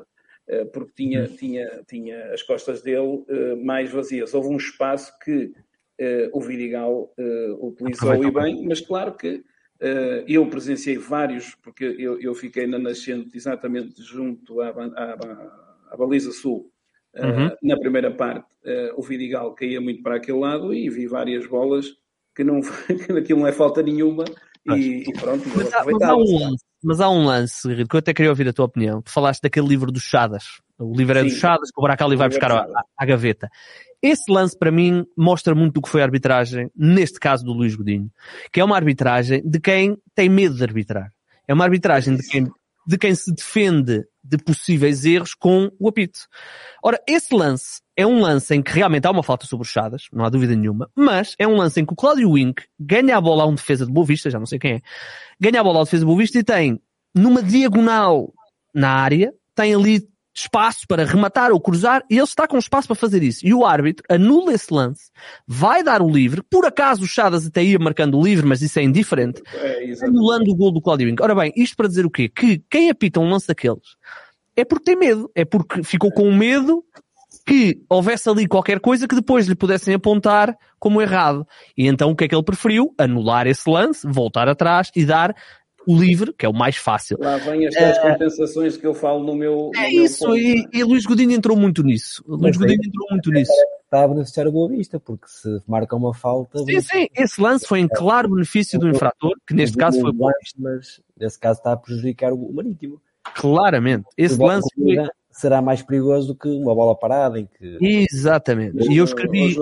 porque tinha as costas dele mais vazias. Houve um espaço que o Vidigal utilizou e bem, mas claro que eu presenciei vários, porque eu fiquei na nascente exatamente junto à baliza sul. Na primeira parte, o Vidigal caía muito para aquele lado e vi várias bolas que aquilo não é falta nenhuma e pronto. Mas há um lance, Garrido, que eu até queria ouvir a tua opinião. Tu falaste daquele livro dos Chadas. O livro é dos Chadas, que o Bracali vai buscar à gaveta. Esse lance, para mim, mostra muito do que foi a arbitragem, neste caso do Luís Godinho, que é uma arbitragem de quem tem medo de arbitrar. É uma arbitragem de quem se defende de possíveis erros com o apito. Ora, esse lance é um lance em que realmente há uma falta sobre os Chadas, não há dúvida nenhuma, mas é um lance em que o Cláudio Wink ganha a bola a um defesa de Boa Vista, já não sei quem é, ganha a bola ao defesa de Boa Vista e tem, numa diagonal na área, tem ali espaço para rematar ou cruzar, e ele está com espaço para fazer isso. E o árbitro anula esse lance, vai dar o livre, por acaso o Chadas até ia marcando o livre, mas isso é indiferente, anulando o gol do Cláudio Wink. Ora bem, isto para dizer o quê? Que quem apita um lance daqueles é porque tem medo, é porque ficou com medo que houvesse ali qualquer coisa que depois lhe pudessem apontar como errado. E então o que é que ele preferiu? Anular esse lance, voltar atrás e dar o livre, que é o mais fácil. Lá vem as tais compensações que eu falo no meu... isso, meu e Luís Godinho entrou muito nisso. Está a beneficiar a Boa Vista, porque se marca uma falta... Sim, esse lance foi em claro benefício do infrator, que neste caso foi Boa Vista. Mas nesse caso está a prejudicar o Marítimo. Claramente. Esse lance será mais perigoso do que uma bola parada em que... Exatamente. E eu escrevi...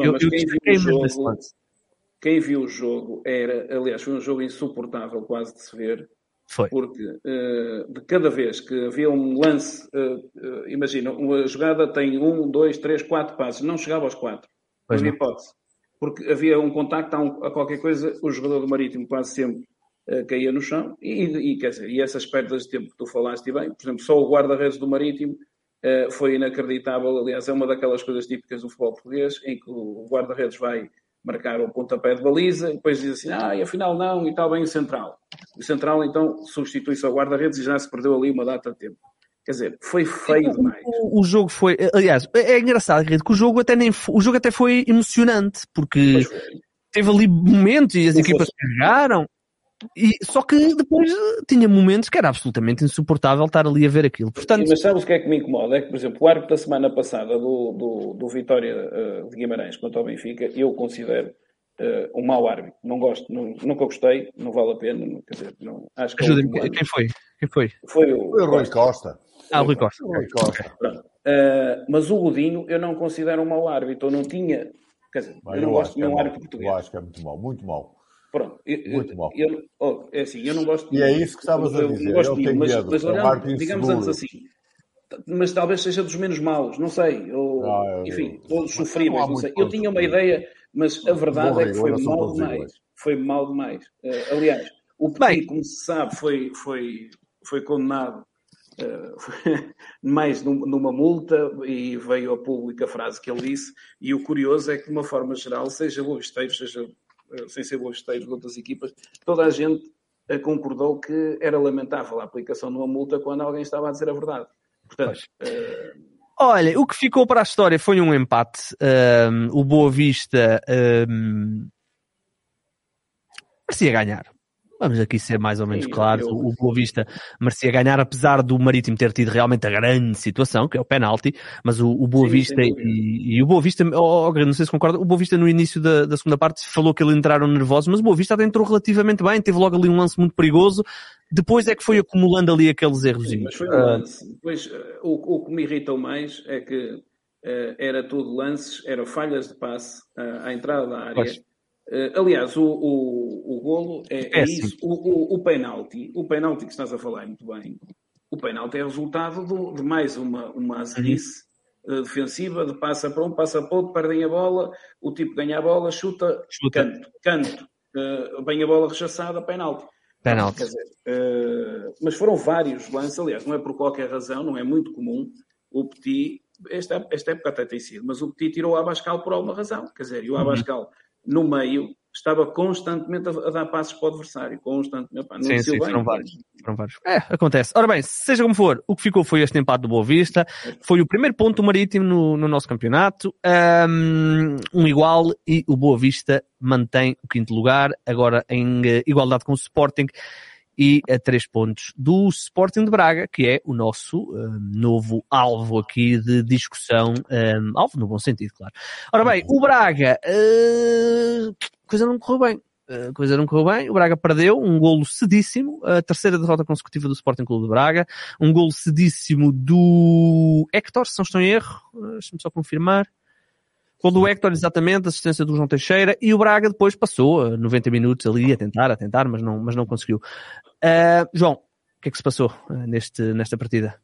Quem viu o jogo aliás, foi um jogo insuportável quase de se ver. Foi. Porque de cada vez que havia um lance, imagina, uma jogada tem 1, 2, 3, 4 passos, não chegava aos 4. Não havia hipótese. Porque havia um contacto a qualquer coisa, o jogador do Marítimo quase sempre caía no chão. Quer dizer, e essas perdas de tempo que tu falaste bem, por exemplo, só o guarda-redes do Marítimo foi inacreditável. Aliás, é uma daquelas coisas típicas do futebol português, em que o guarda-redes vai marcar o pontapé de baliza, e depois diz assim, afinal não, e está bem o central. O central, então, substitui-se ao guarda-redes e já se perdeu ali uma data de tempo. Quer dizer, foi feio demais. O jogo foi... Aliás, é engraçado, que o jogo até foi emocionante, porque teve ali momentos e as equipas carregaram, só que depois tinha momentos que era absolutamente insuportável estar ali a ver aquilo. Portanto... Mas sabes o que é que me incomoda? É que, por exemplo, o árbitro da semana passada do Vitória de Guimarães contra o Benfica, eu considero um mau árbitro. Não gosto, nunca gostei, não vale a pena. Quer dizer, não, acho que ajuda-me, quem foi? Foi o Rui Costa. O Rui Costa. Pronto. Mas o Godinho eu não considero um mau árbitro. Eu não tinha... Quer dizer, eu não gosto de nenhum árbitro português. Eu acho que é muito mau, muito mau. Pronto, muito mal. É assim, eu não gosto de... E é isso que estavas a dizer. Eu tenho medo, mas olhando, digamos antes assim, mas talvez seja dos menos maus, não sei. Enfim, todos sofríveis, não sei. Eu tinha uma ideia, mas a verdade é que foi mal demais. Foi mal demais. Aliás, o Petit, como se sabe, foi condenado mais numa multa e veio ao público a frase que ele disse. E o curioso é que, de uma forma geral, seja boavisteiro, seja sem ser boavisteiro de outras equipas, toda a gente concordou que era lamentável a aplicação de uma multa quando alguém estava a dizer a verdade. Portanto, olha, o que ficou para a história foi um empate. O Boa Vista merecia ganhar. Vamos aqui ser mais ou menos claros. O Boa Vista merecia ganhar, apesar do Marítimo ter tido realmente a grande situação, que é o penalti, mas o Boa Vista e o Boa Vista, não sei se concorda, o Boa Vista no início da segunda parte falou que eles entraram nervosos, mas o Boa Vista entrou relativamente bem, teve logo ali um lance muito perigoso, depois é que foi acumulando ali aqueles erros. Mas foi um lance. Depois, o que me irritou mais é que era tudo lances, eram falhas de passe à entrada da área. Pois. Aliás, o golo é isso. O penalti que estás a falar muito bem, o penalti é resultado de mais uma azelice defensiva, de passa para um, passa para outro, perdem a bola, o tipo ganha a bola, chuta. Canto, vem a bola rechaçada, penalti. Quer dizer, mas foram vários lances, aliás, não é por qualquer razão, não é muito comum. O Petit, esta época até tem sido, mas o Petit tirou o Abascal por alguma razão, quer dizer, e o Abascal no meio, estava constantemente a dar passos para o adversário. Constantemente. Pá, sim, foram vários. Acontece. Ora bem, seja como for, o que ficou foi este empate do Boa Vista. Foi o primeiro ponto do Marítimo no nosso campeonato. Um igual, e o Boa Vista mantém o 5º lugar, agora em igualdade com o Sporting, e a 3 pontos do Sporting de Braga, que é o nosso novo alvo aqui de discussão, alvo no bom sentido, claro. Ora bem, o Braga, coisa não correu bem, o Braga perdeu um golo cedíssimo, a 3ª derrota consecutiva do Sporting Clube de Braga, um golo cedíssimo do Héctor, se não estou em erro, deixa-me só confirmar. Gol do Héctor, exatamente, assistência do João Teixeira, e o Braga depois passou 90 minutos ali a tentar, mas não conseguiu. João, o que é que se passou nesta partida?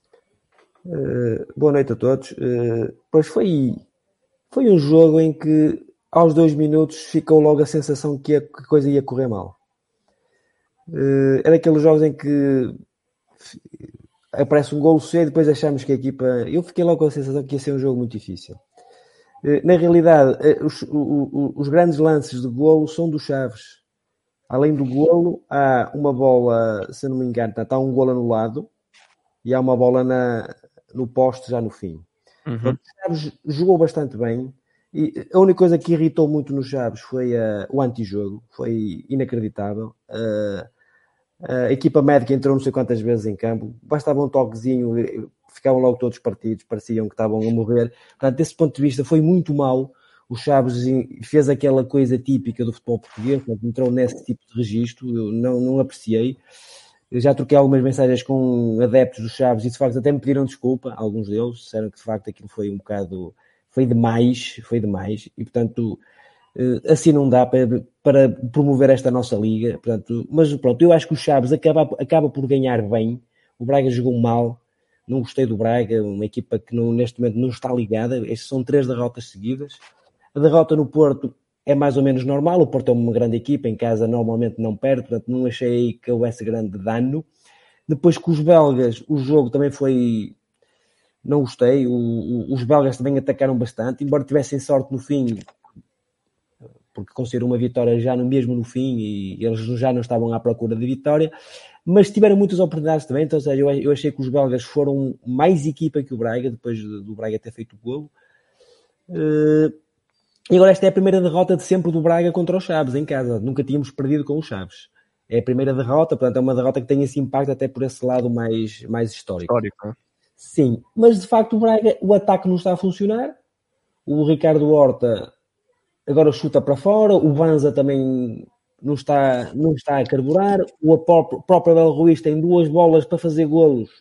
Boa noite a todos. Pois foi um jogo em que aos 2 minutos ficou logo a sensação que a coisa ia correr mal. Era aqueles jogos em que aparece um golo cedo e depois achamos que a equipa... Eu fiquei logo com a sensação que ia ser um jogo muito difícil. Na realidade, os grandes lances de golo são dos Chaves. Além do golo, há uma bola, se não me engano, está um golo anulado e há uma bola no poste já no fim. Uhum. O Chaves jogou bastante bem, e a única coisa que irritou muito nos Chaves foi o antijogo. Foi inacreditável. A equipa médica entrou não sei quantas vezes em campo, bastava um toquezinho, ficavam logo todos partidos, pareciam que estavam a morrer. Portanto, desse ponto de vista foi muito mau. O Chaves fez aquela coisa típica do futebol português, entrou nesse tipo de registro, eu não apreciei. Eu já troquei algumas mensagens com adeptos do Chaves e de facto até me pediram desculpa, alguns deles, disseram que de facto aquilo foi um bocado, foi demais, e portanto assim não dá para promover esta nossa liga, portanto, mas pronto, eu acho que o Chaves acaba por ganhar bem. O Braga jogou mal, não gostei do Braga, uma equipa que neste momento não está ligada. Estas são 3 derrotas seguidas. A derrota no Porto é mais ou menos normal, o Porto é uma grande equipa, em casa normalmente não perde, portanto não achei que houvesse grande dano. Depois com os belgas, o jogo também foi... Não gostei, os belgas também atacaram bastante, embora tivessem sorte no fim, porque conseguiram uma vitória já mesmo no fim e eles já não estavam à procura de vitória, mas tiveram muitas oportunidades também. Então, ou seja, eu achei que os belgas foram mais equipa que o Braga, depois do Braga ter feito o golo. E agora esta é a primeira derrota de sempre do Braga contra os Chaves em casa. Nunca tínhamos perdido com os Chaves. É a primeira derrota, portanto é uma derrota que tem esse impacto até por esse lado mais histórico. Sim, mas de facto o Braga, o ataque não está a funcionar. O Ricardo Horta agora chuta para fora, o Banza também não está a carburar, o próprio Abel Ruiz tem 2 bolas para fazer golos,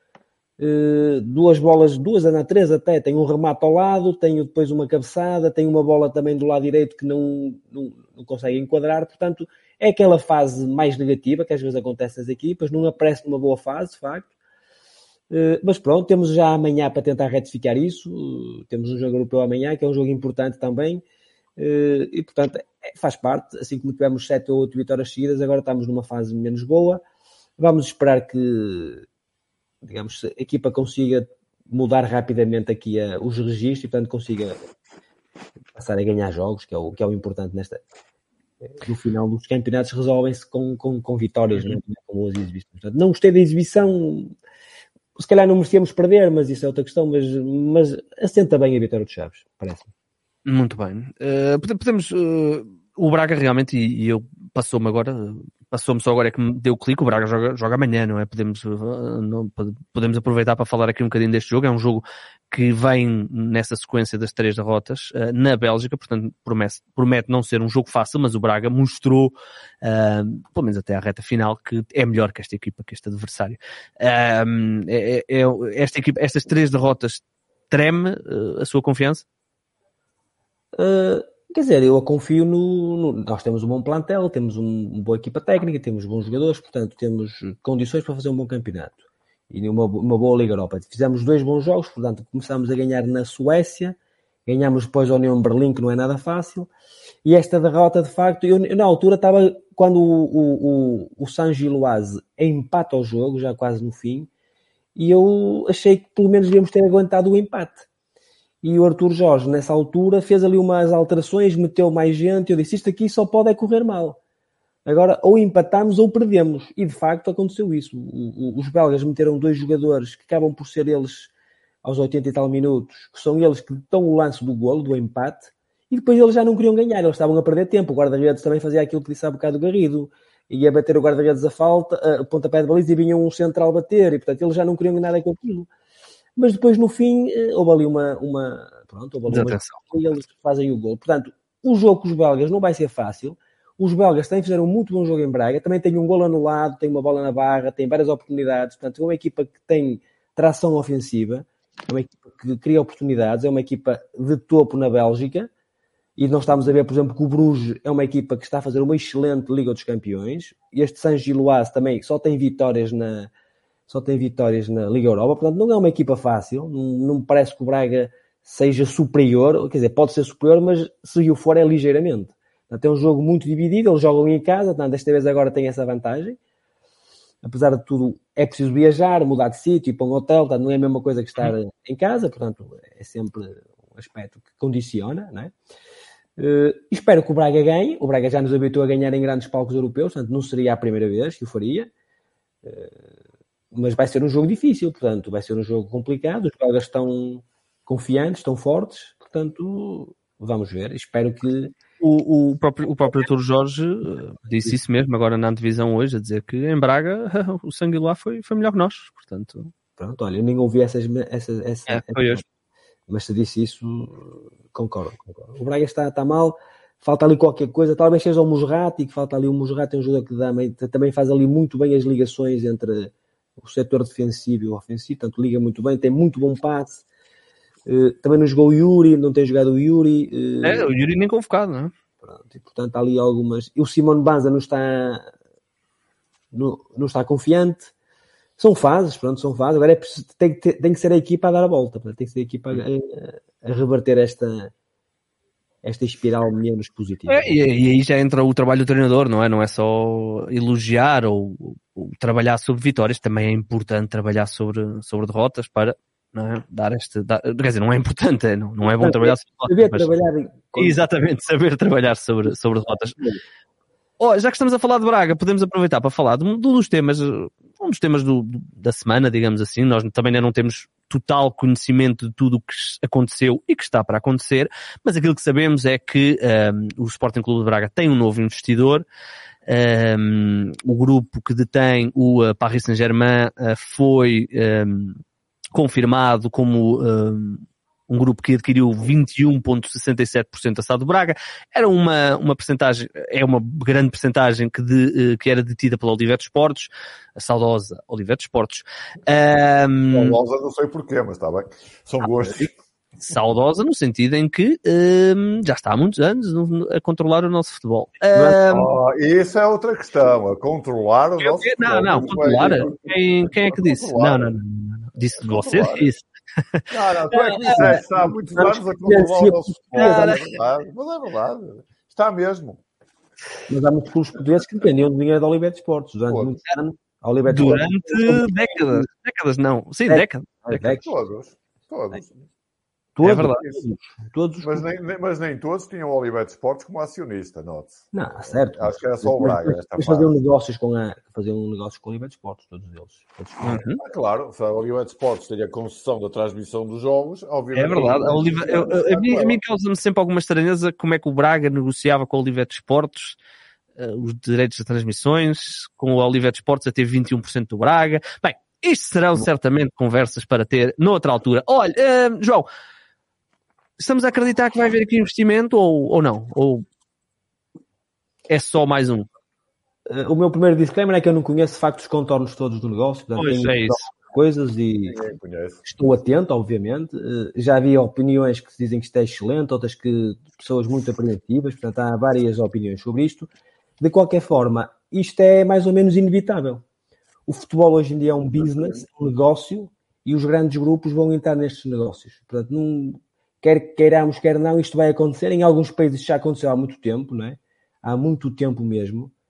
3 até, tem um remate ao lado, tem depois uma cabeçada, tem uma bola também do lado direito que não consegue enquadrar. Portanto é aquela fase mais negativa que às vezes acontece nas equipas, não aparece numa boa fase de facto. Mas pronto, temos já amanhã para tentar retificar isso. Temos um jogo europeu amanhã, que é um jogo importante também. E portanto faz parte, assim como tivemos 7 ou 8 vitórias seguidas, agora estamos numa fase menos boa. Vamos esperar que, digamos, a equipa consiga mudar rapidamente aqui os registros e portanto consiga passar a ganhar jogos, que é o importante no final dos campeonatos. Resolvem-se com vitórias, não é? Com boas exibições. Portanto, não gostei da exibição, se calhar não merecíamos perder, mas isso é outra questão, mas assenta bem a vitória dos Chaves, parece-me. Muito bem. Podemos... o Braga realmente, e eu passou-me só agora é que me deu clique, o Braga joga amanhã, não é? Podemos aproveitar para falar aqui um bocadinho deste jogo. É um jogo que vem nessa sequência das 3 derrotas na Bélgica, portanto promete não ser um jogo fácil, mas o Braga mostrou, pelo menos até à reta final, que é melhor que esta equipa, que este adversário. Esta equipa, estas 3 derrotas, treme a sua confiança? Quer dizer, eu confio nós temos um bom plantel, temos uma boa equipa técnica, temos bons jogadores, portanto temos condições para fazer um bom campeonato e uma boa Liga Europa. Fizemos 2 bons jogos, portanto começámos a ganhar na Suécia, ganhámos depois a União de Berlim, que não é nada fácil, e esta derrota de facto, eu na altura estava, quando o Saint-Gilloise empata o jogo, já quase no fim, e eu achei que pelo menos devíamos ter aguentado o empate. e o Artur Jorge, nessa altura, fez ali umas alterações, meteu mais gente, eu disse, isto aqui só pode correr mal. Agora, ou empatamos ou perdemos. E, de facto, aconteceu isso. Os belgas meteram 2 jogadores que acabam por ser eles, aos 80 e tal minutos, que são eles que dão o lance do golo, do empate, e depois eles já não queriam ganhar, eles estavam a perder tempo. O guarda-redes também fazia aquilo que disse há bocado o Garrido. Ia bater o guarda-redes a falta, a pontapé de baliza, e vinha um central bater, e, portanto, eles já não queriam nada com aquilo. Mas depois, no fim, houve ali uma e eles fazem o golo. Portanto, o jogo com os belgas não vai ser fácil. Os belgas também fizeram um muito bom jogo em Braga, também tem um golo anulado, tem uma bola na barra, tem várias oportunidades. Portanto, é uma equipa que tem tração ofensiva, é uma equipa que cria oportunidades, é uma equipa de topo na Bélgica. E nós estamos a ver, por exemplo, que o Bruges é uma equipa que está a fazer uma excelente Liga dos Campeões. Este Saint-Gilloise também só tem vitórias na Liga Europa. Portanto, não é uma equipa fácil. Não me parece que o Braga seja superior. Quer dizer, pode ser superior, mas se o for é ligeiramente. Portanto, é um jogo muito dividido. Eles jogam em casa. Portanto, desta vez agora tem essa vantagem. Apesar de tudo, é preciso viajar, mudar de sítio, ir para um hotel. Portanto, não é a mesma coisa que estar em casa. Portanto, é sempre um aspecto que condiciona, não é? Espero que o Braga ganhe. O Braga já nos habituou a ganhar em grandes palcos europeus, portanto não seria a primeira vez que o faria, mas vai ser um jogo difícil, portanto vai ser um jogo complicado. Os belgas estão confiantes, estão fortes, portanto vamos ver. Espero que o próprio Artur Jorge disse isso mesmo agora na antevisão hoje, a dizer que em Braga o Saint-Gilloise foi melhor que nós, portanto pronto, olha, eu nem ouvi foi hoje. Mas se disse isso, concordo. O Braga está mal, falta ali qualquer coisa, talvez seja o Musrati, que falta ali o Musrati, tem um jogador que também faz ali muito bem as ligações entre o setor defensivo e o ofensivo, portanto liga muito bem, tem muito bom passe. Também não jogou o Yuri, não tem jogado o Yuri. O Yuri nem convocado, não é? Pronto, e portanto há ali algumas... E o Simone Banza não está confiante. São fases. Agora tem que ser a equipa a dar a volta. Tem que ser a equipa a reverter esta espiral menos positiva. E aí já entra o trabalho do treinador, não é? Não é só elogiar ou trabalhar sobre vitórias. Também é importante trabalhar sobre derrotas para, não é? Quer dizer, não é importante, não é bom trabalhar sobre derrotas. Exatamente, saber trabalhar sobre derrotas. Já que estamos a falar de Braga, podemos aproveitar para falar um dos temas da semana, digamos assim. Nós também ainda não temos total conhecimento de tudo o que aconteceu e que está para acontecer, mas aquilo que sabemos é que o Sporting Clube de Braga tem um novo investidor. O grupo que detém o Paris Saint-Germain foi confirmado como um grupo que adquiriu 21,67% da SAD do Braga. Era uma percentagem, é uma grande percentagem que era detida pela Olivetti Sports, a saudosa Olivetti Sports. Saudosa não sei porquê, mas está bem. São gostos. Saudosa no sentido em que já está há muitos anos a controlar o nosso futebol. Isso é outra questão, a controlar o nosso futebol. Não, controlar? Quem é que disse? Não. Disse de você, disse. Não, tu é que disseste, está há muitos anos a controlar o nosso futebol. Mas é verdade. Está mesmo. Mas há muitos clubes portugueses que dependiam do dinheiro da Olivetti Sports durante muitos anos. Durante décadas não. Sim, décadas. Todos. É verdade. Todos. Mas nem todos tinham o Olivetti Sports como acionista, note-se. Não, certo. Acho que era só o Braga. Eles faziam negócios com o Olivetti Sports, todos eles. Claro, se a Olivetti Sports teria concessão da transmissão dos jogos, obviamente... É verdade. A mim causa-me sempre alguma estranheza como é que o Braga negociava com o Olivetti Sports os direitos de transmissões, com o Olivetti Sports a ter 21% do Braga. Bem, isto serão certamente conversas para ter noutra altura. Olha, João, estamos a acreditar que vai haver aqui investimento ou não? Ou é só mais um? O meu primeiro disclaimer é que eu não conheço de facto os contornos todos do negócio. Portanto, pois é isso. Coisas e estou atento, obviamente. Já havia opiniões que dizem que isto é excelente, outras que pessoas muito apreensivas. Portanto, há várias opiniões sobre isto. De qualquer forma, isto é mais ou menos inevitável. O futebol hoje em dia é um business, um negócio, e os grandes grupos vão entrar nestes negócios. Portanto, não... Quer queiramos, quer não, isto vai acontecer. Em alguns países já aconteceu há muito tempo, não é? Há muito tempo mesmo.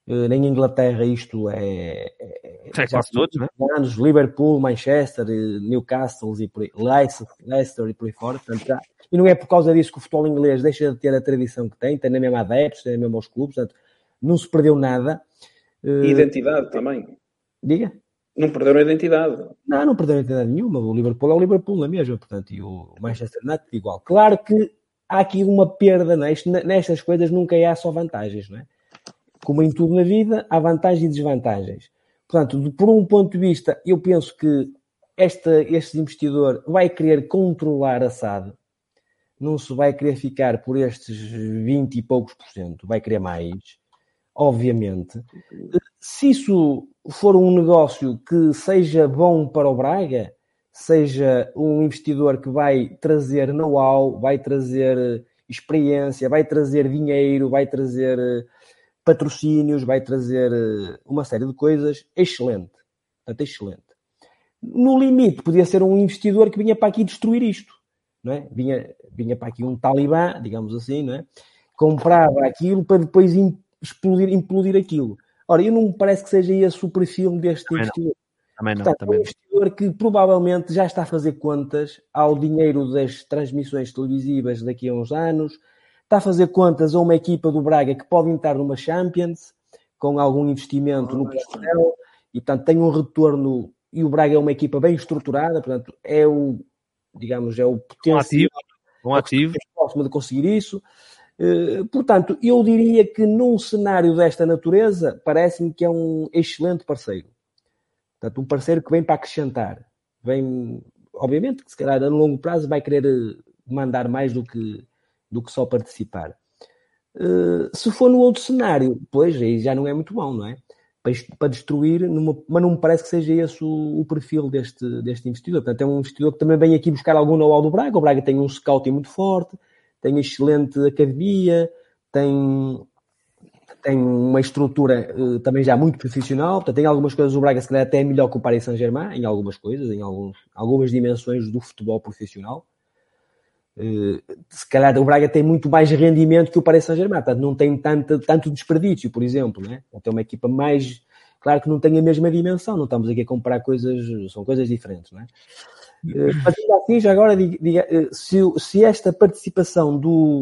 Na Inglaterra isto é quase todos, né? Anos, Liverpool, Manchester, Newcastle e por aí, Leicester e por aí fora. Portanto, e não é por causa disso que o futebol inglês deixa de ter a tradição que tem na mesma adeptos, tem na mesma aos clubes, portanto, não se perdeu nada. E identidade também. Diga? Não perderam a identidade. Não perderam a identidade nenhuma. O Liverpool é o Liverpool, não é mesmo? Portanto, e o Manchester United igual. Claro que há aqui uma perda, não é? Nestas coisas nunca há só vantagens, não é? Como em tudo na vida, há vantagens e desvantagens. Portanto, por um ponto de vista, eu penso que este investidor vai querer controlar a SAD. Não se vai querer ficar por estes 20 e poucos %. Vai querer mais, obviamente. Se isso for um negócio que seja bom para o Braga, seja um investidor que vai trazer know-how, vai trazer experiência, vai trazer dinheiro, vai trazer patrocínios, vai trazer uma série de coisas, excelente. Portanto, excelente. No limite, podia ser um investidor que vinha para aqui destruir isto, não é? Vinha para aqui um talibã, digamos assim, não é? Comprava aquilo para depois implodir aquilo. Ora, não me parece que seja esse o perfil deste investidor. Portanto, é um investidor que provavelmente já está a fazer contas ao dinheiro das transmissões televisivas daqui a uns anos, está a fazer contas a uma equipa do Braga que pode entrar numa Champions, com algum investimento no plantel, e portanto tem um retorno, e o Braga é uma equipa bem estruturada, portanto é o potencial ativo. próximo de conseguir isso. Portanto, eu diria que num cenário desta natureza, parece-me que é um excelente parceiro. Portanto, um parceiro que vem para acrescentar. Vem, obviamente, que se calhar a longo prazo vai querer mandar mais do que só participar. Se for no outro cenário, pois aí já não é muito bom, não é? Para destruir, mas não me parece que seja esse o perfil deste investidor. Portanto, é um investidor que também vem aqui buscar algum know-how do Braga. O Braga tem um scouting muito forte, tem excelente academia, tem uma estrutura também já muito profissional. Portanto, tem algumas coisas do Braga, se calhar até é melhor que o Paris Saint-Germain, em algumas coisas, em algumas dimensões do futebol profissional. Se calhar o Braga tem muito mais rendimento que o Paris Saint-Germain, portanto não tem tanto desperdício, por exemplo, né? Tem uma equipa mais, claro que não tem a mesma dimensão, não estamos aqui a comparar coisas, são coisas diferentes, não é? Mas assim, já agora, se esta participação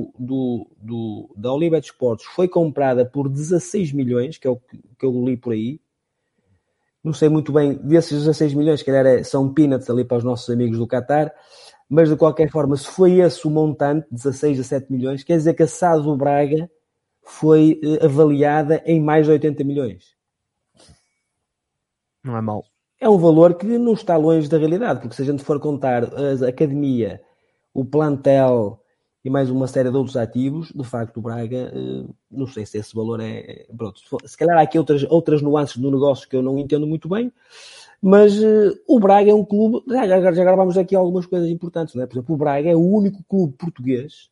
da Olivete Sports foi comprada por 16 milhões, que é o que eu li por aí, não sei muito bem, desses 16 milhões, se calhar são peanuts ali para os nossos amigos do Qatar, mas de qualquer forma, se foi esse o montante, 16 a 7 milhões, quer dizer que a SAD do Braga foi avaliada em mais de 80 milhões. Não é mau. É um valor que não está longe da realidade, porque se a gente for contar a academia, o plantel e mais uma série de outros ativos, de facto o Braga, não sei se esse valor é... Pronto, se calhar há aqui outras nuances do negócio que eu não entendo muito bem, mas o Braga é um clube... Já agora vamos aqui a algumas coisas importantes, não é? Por exemplo, o Braga é o único clube português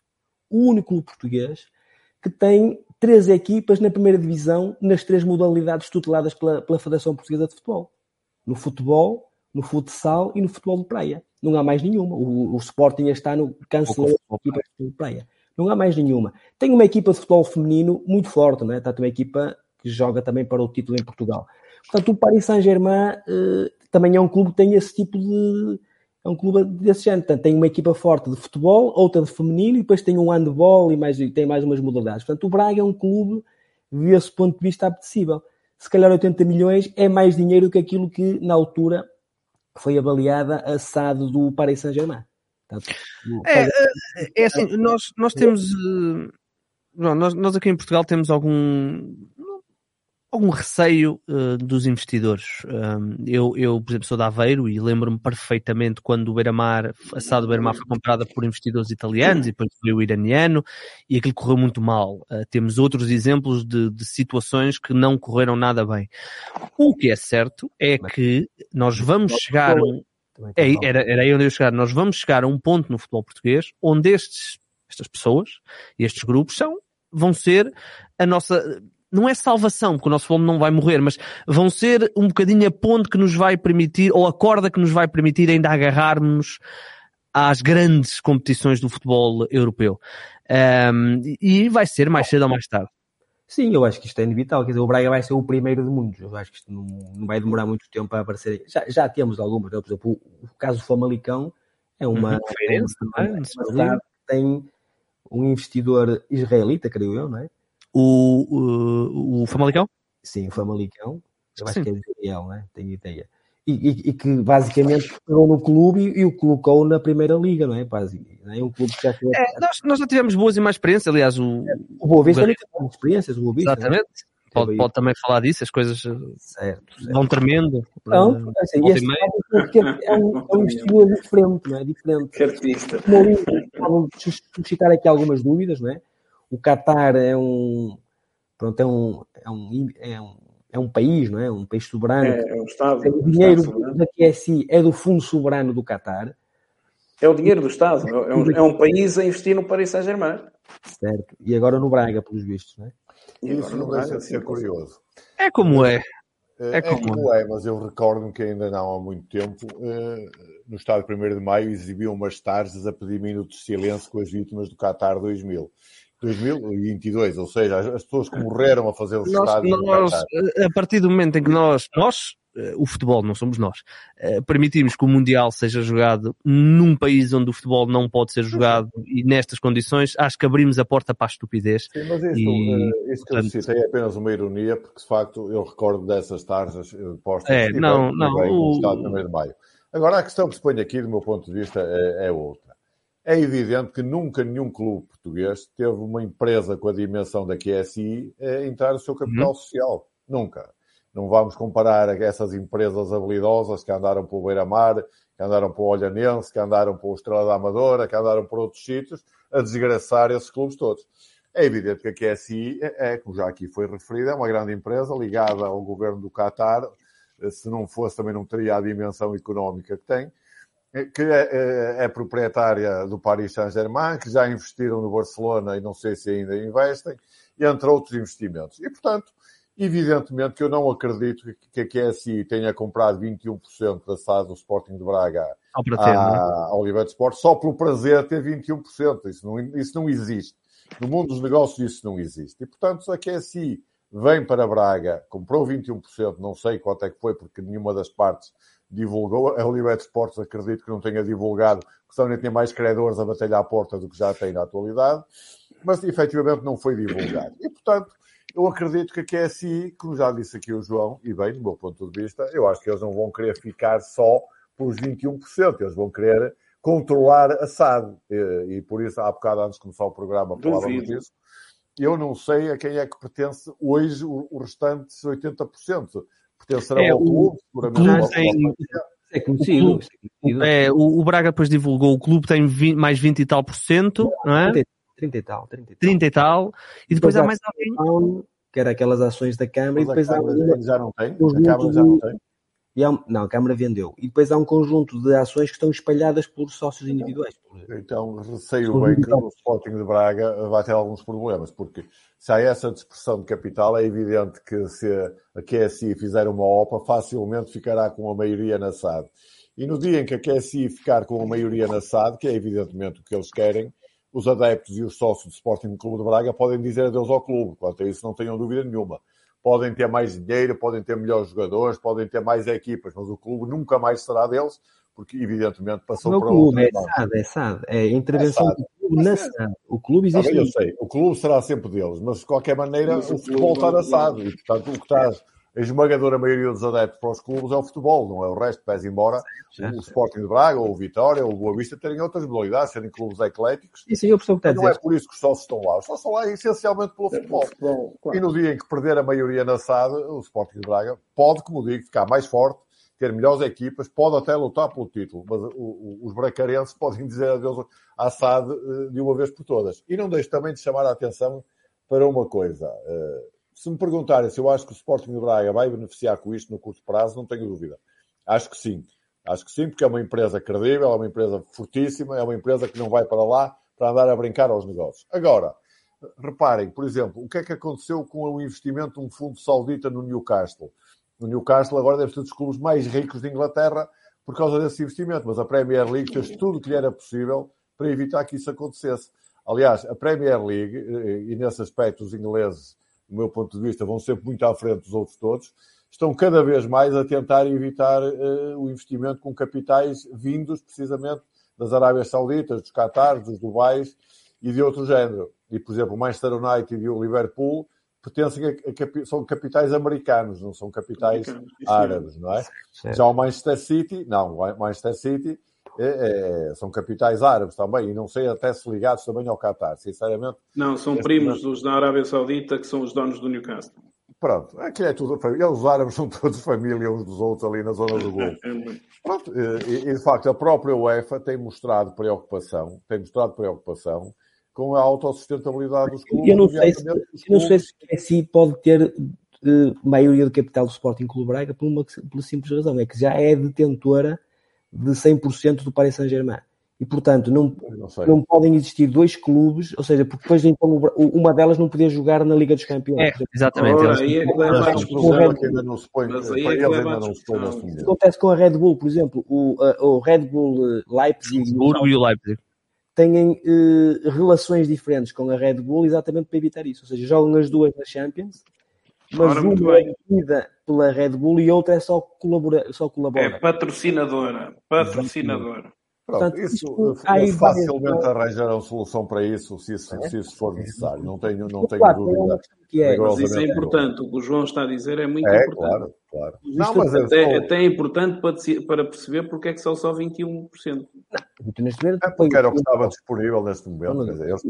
que tem 3 equipas na primeira divisão nas 3 modalidades tuteladas pela Federação Portuguesa de Futebol. No futebol, no futsal e no futebol de praia. Não há mais nenhuma. O Sporting está no cancelou a equipa de futebol de praia. Não há mais nenhuma. Tem uma equipa de futebol feminino muito forte, não é? Está uma equipa que joga também para o título em Portugal. Portanto, o Paris Saint-Germain também é um clube que tem esse tipo de... É um clube desse género. Portanto, tem uma equipa forte de futebol, outra de feminino, e depois tem um handball e tem mais umas modalidades. Portanto, o Braga é um clube, desse ponto de vista, apetecível. Se calhar 80 milhões é mais dinheiro que aquilo que, na altura, foi avaliada a SAD do Paris Saint-Germain. Portanto, é assim, nós temos... Nós aqui em Portugal temos algum receio dos investidores. Eu, por exemplo, sou de Aveiro e lembro-me perfeitamente quando o Beira-Mar, a SAD do Beira-Mar foi comprada por investidores italianos e depois foi o iraniano e aquilo correu muito mal. Temos outros exemplos de situações que não correram nada bem. O que é certo é que nós vamos chegar... Era aí onde eu ia chegar. Nós vamos chegar a um ponto no futebol português onde estas pessoas e estes grupos vão ser a nossa... Não é salvação, porque o nosso futebol não vai morrer, mas vão ser um bocadinho a ponte que nos vai permitir, ou a corda que nos vai permitir ainda agarrarmos às grandes competições do futebol europeu. E vai ser mais cedo ou mais tarde. Sim, eu acho que isto é inevitável. Quer dizer, o Braga vai ser o primeiro de muitos. Eu acho que isto não vai demorar muito tempo a aparecer. Já temos algumas. Por exemplo, o caso do Famalicão é uma cidade que tem um investidor israelita, creio eu, não é? O Famalicão? Sim, o Famalicão. Eu acho que é de Israel, não é? Tenho ideia. E que basicamente pegou no clube e o colocou na Primeira Liga, não é? É um clube que já teve... Nós já tivemos boas e más experiências, aliás. O Boa Vista também teve boas experiências, o Boa Vista. Exatamente. Pode também falar disso, as coisas vão tremendo. Não, assim, este é um estilo diferente, não é? Diferente. Que artista. Vamos suscitar aqui algumas dúvidas, não é? O Qatar é um país, não é? Um país soberano. É um Estado. O dinheiro da QSI é do Fundo Soberano do Qatar. É o dinheiro do Estado. É um país a investir no Paris Saint-Germain. Certo. E agora no Braga, pelos vistos, não é? Isso não deixa de ser curioso. É como é. Mas eu recordo-me que ainda não há muito tempo, no estádio 1º de Maio, exibiam umas tarjas a pedir minutos de silêncio com as vítimas do Qatar 2022, ou seja, as pessoas que morreram a fazer os estádios do Qatar. A partir do momento em que nós, o futebol, não somos nós, permitimos que o Mundial seja jogado num país onde o futebol não pode ser jogado e nestas condições, acho que abrimos a porta para a estupidez. Sim, mas isto que eu citei é apenas uma ironia, porque de facto eu recordo dessas tarjas postas no estádio 1º de Maio. Agora, a questão que se põe aqui, do meu ponto de vista, é outra. É evidente que nunca nenhum clube português teve uma empresa com a dimensão da QSI entrar no seu capital social. Nunca. Não vamos comparar essas empresas habilidosas que andaram pelo Beira-Mar, que andaram pelo Olhanense, que andaram pelo Estrela da Amadora, que andaram por outros sítios, a desgraçar esses clubes todos. É evidente que a QSI como já aqui foi referido, é uma grande empresa ligada ao governo do Qatar. Se não fosse, também não teria a dimensão económica que tem, que é proprietária do Paris Saint-Germain, que já investiram no Barcelona e não sei se ainda investem, e entre outros investimentos. E, portanto, evidentemente que eu não acredito que a QSI tenha comprado 21% da SAD do Sporting de Braga ao Oliveira Sport só pelo prazer de ter 21%. Isso não existe. No mundo dos negócios isso não existe. E, portanto, se a QSI vem para Braga, comprou 21%, não sei quanto é que foi, porque nenhuma das partes divulgou. A Oliveira Sports acredito que não tenha divulgado, porque só nem tem mais credores a bater à porta do que já tem na atualidade, mas efetivamente não foi divulgado. E, portanto, eu acredito que a QSI, como já disse aqui o João, e bem, do meu ponto de vista, eu acho que eles não vão querer ficar só pelos 21%, eles vão querer controlar a SAD. E por isso, há bocado antes de começar o programa, falávamos disso. Eu não sei a quem é que pertence hoje o restante 80%. Pertencerão ao clube, seguramente. É conhecido. O Braga depois divulgou, o clube tem mais 20 e tal %, não é? 30 e tal. 30 e tal. E depois há mais alguém. Que era aquelas ações da Câmara. Mas e depois a Câmara já não tem? A Câmara já não tem? Não, a Câmara vendeu. E depois há um conjunto de ações que estão espalhadas por sócios individuais. Então, receio bem que o Sporting de Braga vai ter alguns problemas, porque se há essa dispersão de capital, é evidente que se a QSI fizer uma OPA, facilmente ficará com a maioria na SAD. E no dia em que a QSI ficar com a maioria na SAD, que é evidentemente o que eles querem, os adeptos e os sócios do Sporting Clube de Braga podem dizer adeus ao clube. Quanto a isso, não tenham dúvida nenhuma. Podem ter mais dinheiro, podem ter melhores jogadores, podem ter mais equipas, mas o clube nunca mais será deles, porque evidentemente passou para o clube. É SAD. É intervenção do clube na SAD. O clube existe. Eu sei, o clube será sempre deles, mas de qualquer maneira o futebol está na SAD. E portanto o que está a esmagadora maioria dos adeptos para os clubes é o futebol, não é o resto, pese embora o Sporting de Braga, ou o Vitória, ou o Boa Vista terem outras modalidades, serem clubes ecléticos. Sim, eu percebo o que está a dizer. Não é por isso que os sócios estão lá. Os sócios estão lá essencialmente pelo futebol. Claro. E no dia em que perder a maioria na SAD, o Sporting de Braga pode, como digo, ficar mais forte, ter melhores equipas, pode até lutar pelo título, mas os bracarenses podem dizer adeus à SAD de uma vez por todas. E não deixo também de chamar a atenção para uma coisa. Se me perguntarem se eu acho que o Sporting de Braga vai beneficiar com isto no curto prazo, não tenho dúvida. Acho que sim. Acho que sim, porque é uma empresa credível, é uma empresa fortíssima, é uma empresa que não vai para lá para andar a brincar aos negócios. Agora, reparem, por exemplo, o que é que aconteceu com o investimento de um fundo saudita no Newcastle? O Newcastle agora deve ser dos clubes mais ricos de Inglaterra por causa desse investimento, mas a Premier League fez tudo o que lhe era possível para evitar que isso acontecesse. Aliás, a Premier League, e nesse aspecto os ingleses do meu ponto de vista, vão sempre muito à frente dos outros todos, estão cada vez mais a tentar evitar o investimento com capitais vindos precisamente das Arábias Sauditas, dos Qatars, dos Dubais e de outro género. E, por exemplo, o Manchester United e o Liverpool pertencem são capitais americanos, não são capitais árabes, não é? Certo. Já o Manchester City, não, o Manchester City são capitais árabes também, e não sei até se ligados também ao Qatar, sinceramente. Não, são primos dos da Arábia Saudita, que são os donos do Newcastle. Pronto, aqui é tudo família. Os árabes são todos família uns dos outros ali na zona do Golfo. Pronto, e de facto a própria UEFA tem mostrado preocupação com a autossustentabilidade dos clubes. Eu não sei se assim pode ter maioria de capital do Sporting Clube Braga pela simples razão, é que já é detentora de 100% do Paris Saint-Germain. E, portanto, não podem existir dois clubes, ou seja, porque depois então, uma delas não podia jogar na Liga dos Campeões. Exatamente. Aí é que leva a discussão. Acontece com a Red Bull, por exemplo, o Red Bull Leipzig e o Leipzig têm relações diferentes com a Red Bull exatamente para evitar isso. Ou seja, jogam as duas na Champions, mas uma é decidida pela Red Bull e outra é só colabora. É patrocinadora. Pronto, isso facilmente arranjarão solução para isso, se isso for necessário. Não tenho dúvida. Mas isso é importante. O que o João está a dizer é muito importante. Claro. Não, mas até é importante para perceber porque é que são só 21%. Porque era o que estava disponível neste momento.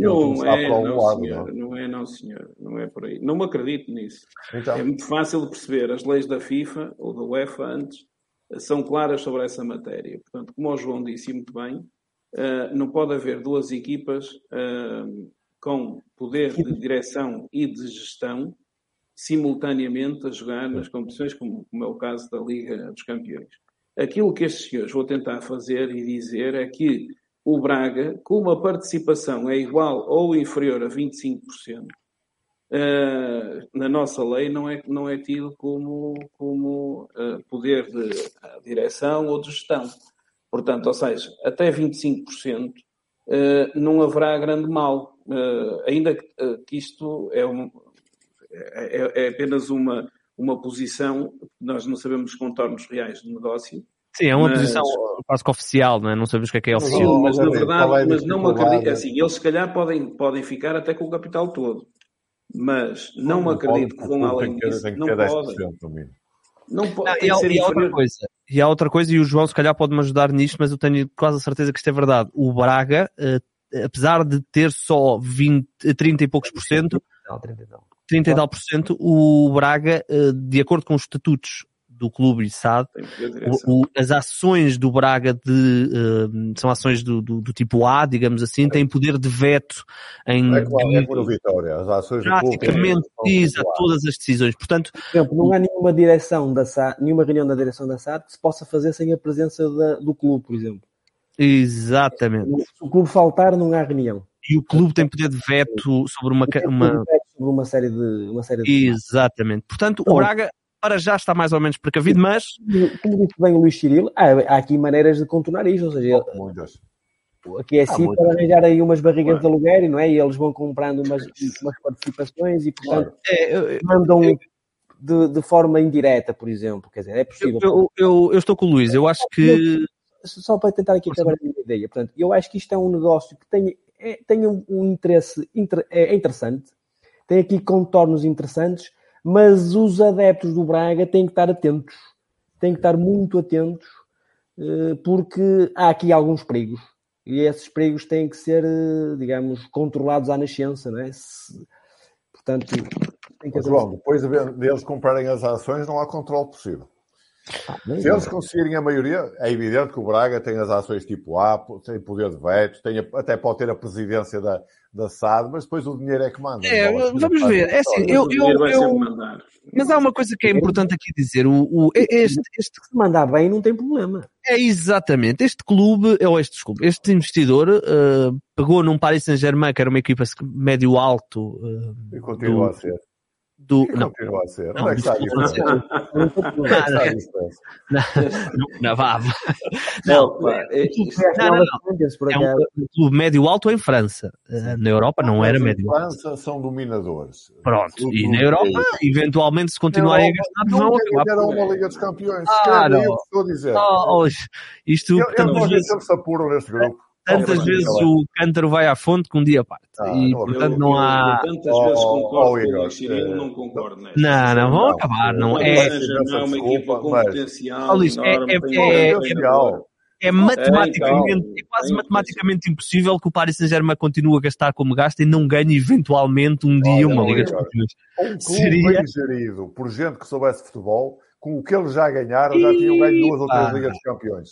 Não, senhor. Não é por aí. Não me acredito nisso. Então. É muito fácil de perceber. As leis da FIFA ou da UEFA antes são claras sobre essa matéria. Portanto, como o João disse muito bem, não pode haver duas equipas com poder de direção e de gestão simultaneamente a jogar nas competições, como é o caso da Liga dos Campeões. Aquilo que estes senhores vão tentar fazer e dizer é que o Braga, com uma participação é igual ou inferior a 25%, na nossa lei não é tido como poder de direção ou de gestão. Portanto, ou seja, até 25% não haverá grande mal. Ainda que isto é apenas uma posição, nós não sabemos os contornos reais do negócio. Sim, é uma posição quase que oficial, não é? Não sabemos o que é oficial. Sim, mas na verdade, não me acredito. Assim, eles se calhar podem ficar até com o capital todo. Mas não me acredito que vão além disso. Não podem. E há outra coisa, e o João se calhar pode-me ajudar nisto, mas eu tenho quase a certeza que isto é verdade. O Braga, apesar de ter só 30 e poucos por cento, 30 e tal por cento, o Braga, de acordo com os estatutos do clube e SAD, as ações do Braga são ações do tipo A, digamos assim, têm poder de veto em por vitória. As ações praticamente a todas as decisões. Portanto, por exemplo, não há nenhuma direção da SAD, nenhuma reunião da direção da SAD que se possa fazer sem a presença do clube, por exemplo. Exatamente. Se o clube faltar, não há reunião. E o clube tem poder de veto sobre uma série de... Exatamente. Portanto, o Braga para já está mais ou menos precavido, mas... Como disse bem o Luís Cirilo, há aqui maneiras de contornar isto, ou seja... Aqui é assim para arranjar aí umas barrigas de aluguer, não é? E eles vão comprando umas participações e, portanto, mandam de forma indireta, por exemplo. Quer dizer, é possível. Eu estou com o Luís, eu acho que... Só para tentar aqui acabar a minha ideia. Portanto, eu acho que isto é um negócio que tem um interesse interessante, tem aqui contornos interessantes, mas os adeptos do Braga têm que estar atentos. Têm que estar muito atentos, porque há aqui alguns perigos. E esses perigos têm que ser, digamos, controlados à nascença, não é? Portanto, tem que João, depois deles comprarem as ações, não há controle possível. Se eles conseguirem a maioria, é evidente que o Braga tem as ações tipo A, tem poder de veto, até pode ter a presidência da SAD, mas depois o dinheiro é que manda. Vamos ver. É assim, mas há uma coisa que é importante aqui dizer. Este se mandar bem não tem problema. É exatamente. Este investidor pegou num Paris Saint-Germain, que era uma equipa médio-alto e continua a ser. do... Não. Continua a ser. Onde é que está isso? Não, vá. Não. É um clube médio-alto em França. Na Europa não era médio-alto. Na França são dominadores. Pronto. E na Europa, eventualmente, se continuarem a gastar, vão acabar. Era uma Liga dos Campeões. Não. Estou a dizer. Isto... Eles se apuram neste grupo. Tantas vezes o cântaro vai à fonte que um dia parte. E, portanto, não há... Tantas vezes concordo com o Chirino, não concordo. Não, vão acabar. Não é uma equipa com potencial é matematicamente, é quase matematicamente impossível que o Paris Saint-Germain continue a gastar como gasta e não ganhe eventualmente um dia uma Liga dos Campeões. Um clube bem gerido por gente que soubesse futebol, com o que eles já ganharam, já tinham ganho 2 ou 3 Ligas dos Campeões.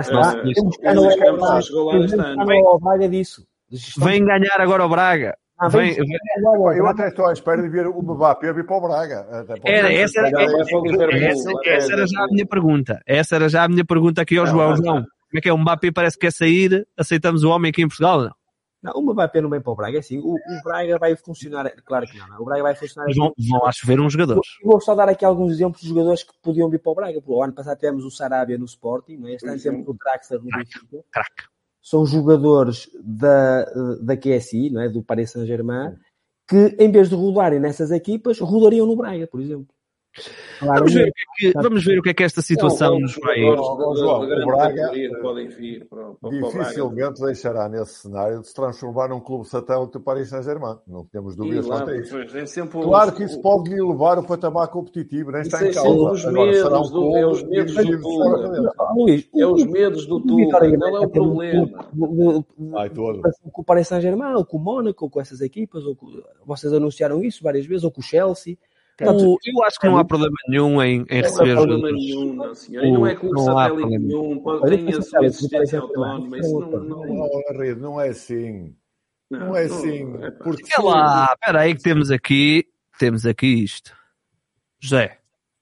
Vem ganhar agora o Braga. Eu até estou à espera de ver o Mbappé vir para o Braga. Essa era já a minha pergunta. Essa era já a minha pergunta aqui ao João. João, como é que é? O Mbappé parece que quer sair, aceitamos o homem aqui em Portugal ou não? Não, o Mbappé não vem para o Braga, é assim, o Braga vai funcionar, claro que não, o Braga vai funcionar... Vão lá chover uns jogadores. Vou só dar aqui alguns exemplos de jogadores que podiam vir para o Braga. O ano passado tivemos o Sarabia no Sporting, não é? Este ano temos o Draxler no Benfica. São jogadores da QSI, não é? Do Paris Saint-Germain, que em vez de rodarem nessas equipas, rodariam no Braga, por exemplo. Claro, vamos ver o que é que esta situação nos vai... O Braga dificilmente deixará nesse cenário de se transformar num clube satélite do Paris Saint-Germain. Não temos dúvidas quanto a isso. Claro que isso pode lhe levar o patamar competitivo, nem está em causa. É os medos do Tuchel. É os medos do Tuchel, não é o problema. Com o Paris Saint-Germain, ou com o Mónaco, ou com essas equipas, ou vocês anunciaram isso várias vezes, ou com o Chelsea. Eu acho que não há problema nenhum em receber jogadores. Não há problema nenhum, não, senhor. E não é clube satélite nenhum. Tem a sua existência autónoma. Não é assim. Não é assim. Porque lá, espera aí que temos aqui isto. José.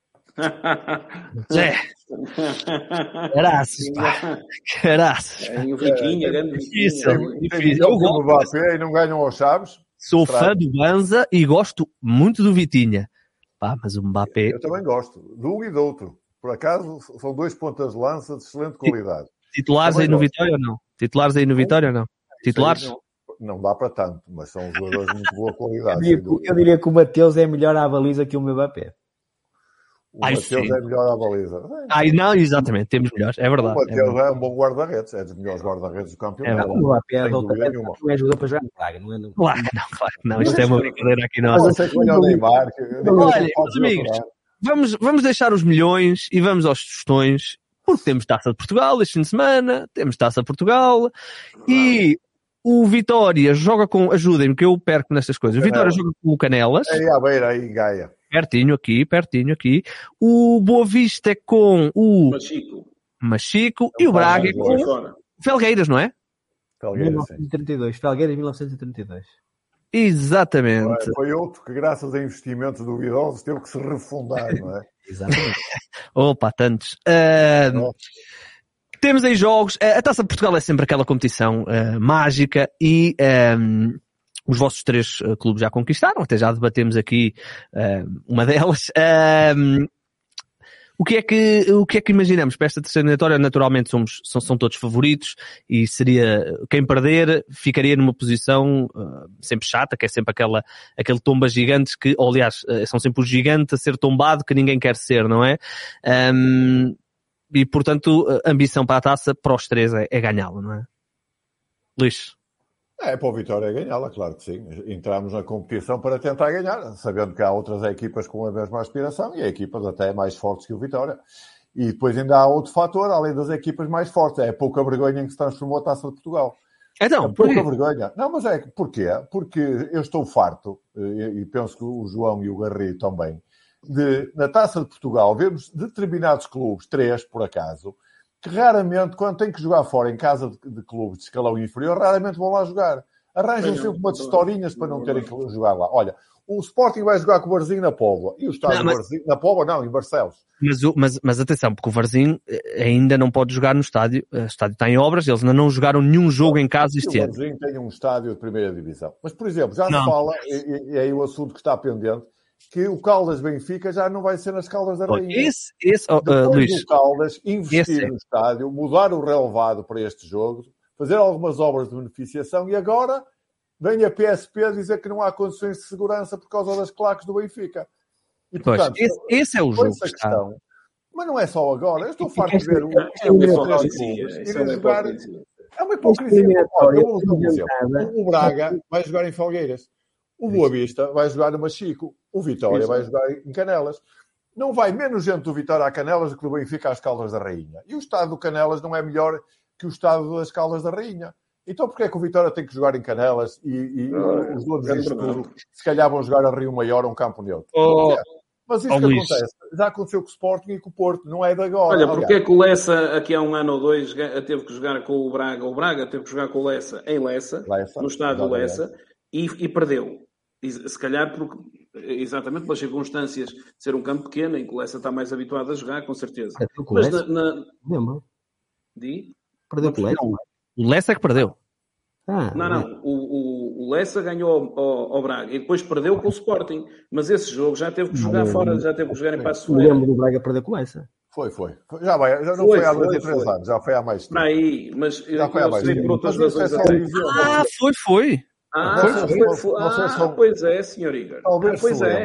Caraças, pá. Caraças. É o Viquinha, grande Viquinha. Difícil. Eu gosto do Mbappé e não ganham aos Chaves. Sou fã do Banza e gosto muito do Vitinha. Pá, mas o Mbappé... Eu também gosto. De um e do outro. Por acaso, são 2 pontas de lança de excelente qualidade. Titulares aí no Vitória ou não? Titulares aí no Vitória ou não? Titulares? Não dá para tanto, mas são jogadores de muito boa qualidade. Eu diria que o Mateus é melhor à baliza que o Mbappé. O Mateus é melhor à baliza. Não, exatamente, temos melhores, é verdade. O Mateus é um bom guarda-redes, é dos melhores guarda-redes do campeonato. O Mbappé não é jogador para jogar no Braga, não é? Claro que não, isto é uma brincadeira aqui nossa. Olha, meus amigos, vamos deixar os milhões e vamos aos tostões, porque temos Taça de Portugal este fim de semana, temos Taça de Portugal e o Vitória joga com, ajudem-me que eu perco nestas coisas, o Vitória joga com o Canelas. É à beira aí em Gaia. Pertinho aqui. O Boa Vista é com o Machico e o Braga é com o Felgueiras, não é? Felgueiras 1932. Exatamente. Foi outro que, graças a investimentos duvidosos, teve que se refundar, não é? Exatamente. Opa, tantos. Temos aí jogos. A Taça de Portugal é sempre aquela competição mágica e... os vossos 3 clubes já conquistaram, até já debatemos aqui uma delas. O que é que imaginamos para esta terceira eliminatória? Naturalmente são todos favoritos e seria, quem perder ficaria numa posição sempre chata, que é sempre aquele tomba gigante que, ou aliás, são sempre o gigante a ser tombado que ninguém quer ser, não é? E portanto, a ambição para a taça, para os 3 é ganhá-la, não é? Luís? Para o Vitória é ganhá-la, claro que sim. Entramos na competição para tentar ganhar, sabendo que há outras equipas com a mesma aspiração e equipas até mais fortes que o Vitória. E depois ainda há outro fator, além das equipas mais fortes. É a pouca vergonha em que se transformou a Taça de Portugal. Então, pouca vergonha. Não, mas porquê? Porque eu estou farto, e penso que o João e o Garrido também, na Taça de Portugal, vemos determinados clubes, 3 por acaso, que raramente, quando têm que jogar fora em casa de clubes de escalão inferior, raramente vão lá jogar. Arranjam sempre umas historinhas para não terem que jogar lá. Olha, o Sporting vai jogar com o Varzim na Póvoa. E o estádio Varzim, na Póvoa não, em Barcelos. Mas atenção, porque o Varzim ainda não pode jogar no estádio. O estádio está em obras, eles ainda não jogaram nenhum jogo em casa este ano. O Varzim tem um estádio de primeira divisão. Mas, por exemplo, já se fala, e é aí o assunto que está pendente, que o Caldas-Benfica já não vai ser nas Caldas da Rainha. Luís, o Caldas investir no estádio, mudar o relevado para este jogo, fazer algumas obras de beneficiação e agora vem a PSP dizer que não há condições de segurança por causa das claques do Benfica. E, portanto, esse é o jogo. Questão, mas não é só agora. Eu estou farto de ver jogar. É uma hipocrisia. O Braga vai jogar em Felgueiras. O Boa Vista vai jogar no Machico. O Vitória vai jogar em Canelas. Não vai menos gente do Vitória a Canelas do que do Benfica às Caldas da Rainha. E o estado do Canelas não é melhor que o estado das Caldas da Rainha. Então porquê é que o Vitória tem que jogar em Canelas e os donos disto tudo, se calhar vão jogar a Rio Maior ou um campo neutro? Mas isso que acontece. Já aconteceu com o Sporting e com o Porto. Não é de agora. Olha, porque é que o Lessa, aqui há um ano ou dois, teve que jogar com o Braga. O Braga teve que jogar com o Lessa em Lessa, no estádio do Lessa, e perdeu. Se calhar exatamente pelas circunstâncias de ser um campo pequeno, em que o Lessa está mais habituado a jogar, com certeza. Mas lembro. Perdeu com o Lessa? O Lessa é que perdeu. Não. O Lessa ganhou ao Braga e depois perdeu com o Sporting. Mas esse jogo já teve que jogar fora, já teve que jogar em Paços Ferreira. Lembro do Braga perder com o Lessa. Foi. Já não foi há 2 ou 3 anos, já foi há mais tempo. Aí, mas já foi há mais tempo. Por outras razões. Foi. Pois é, Sr. Igor. Pois é.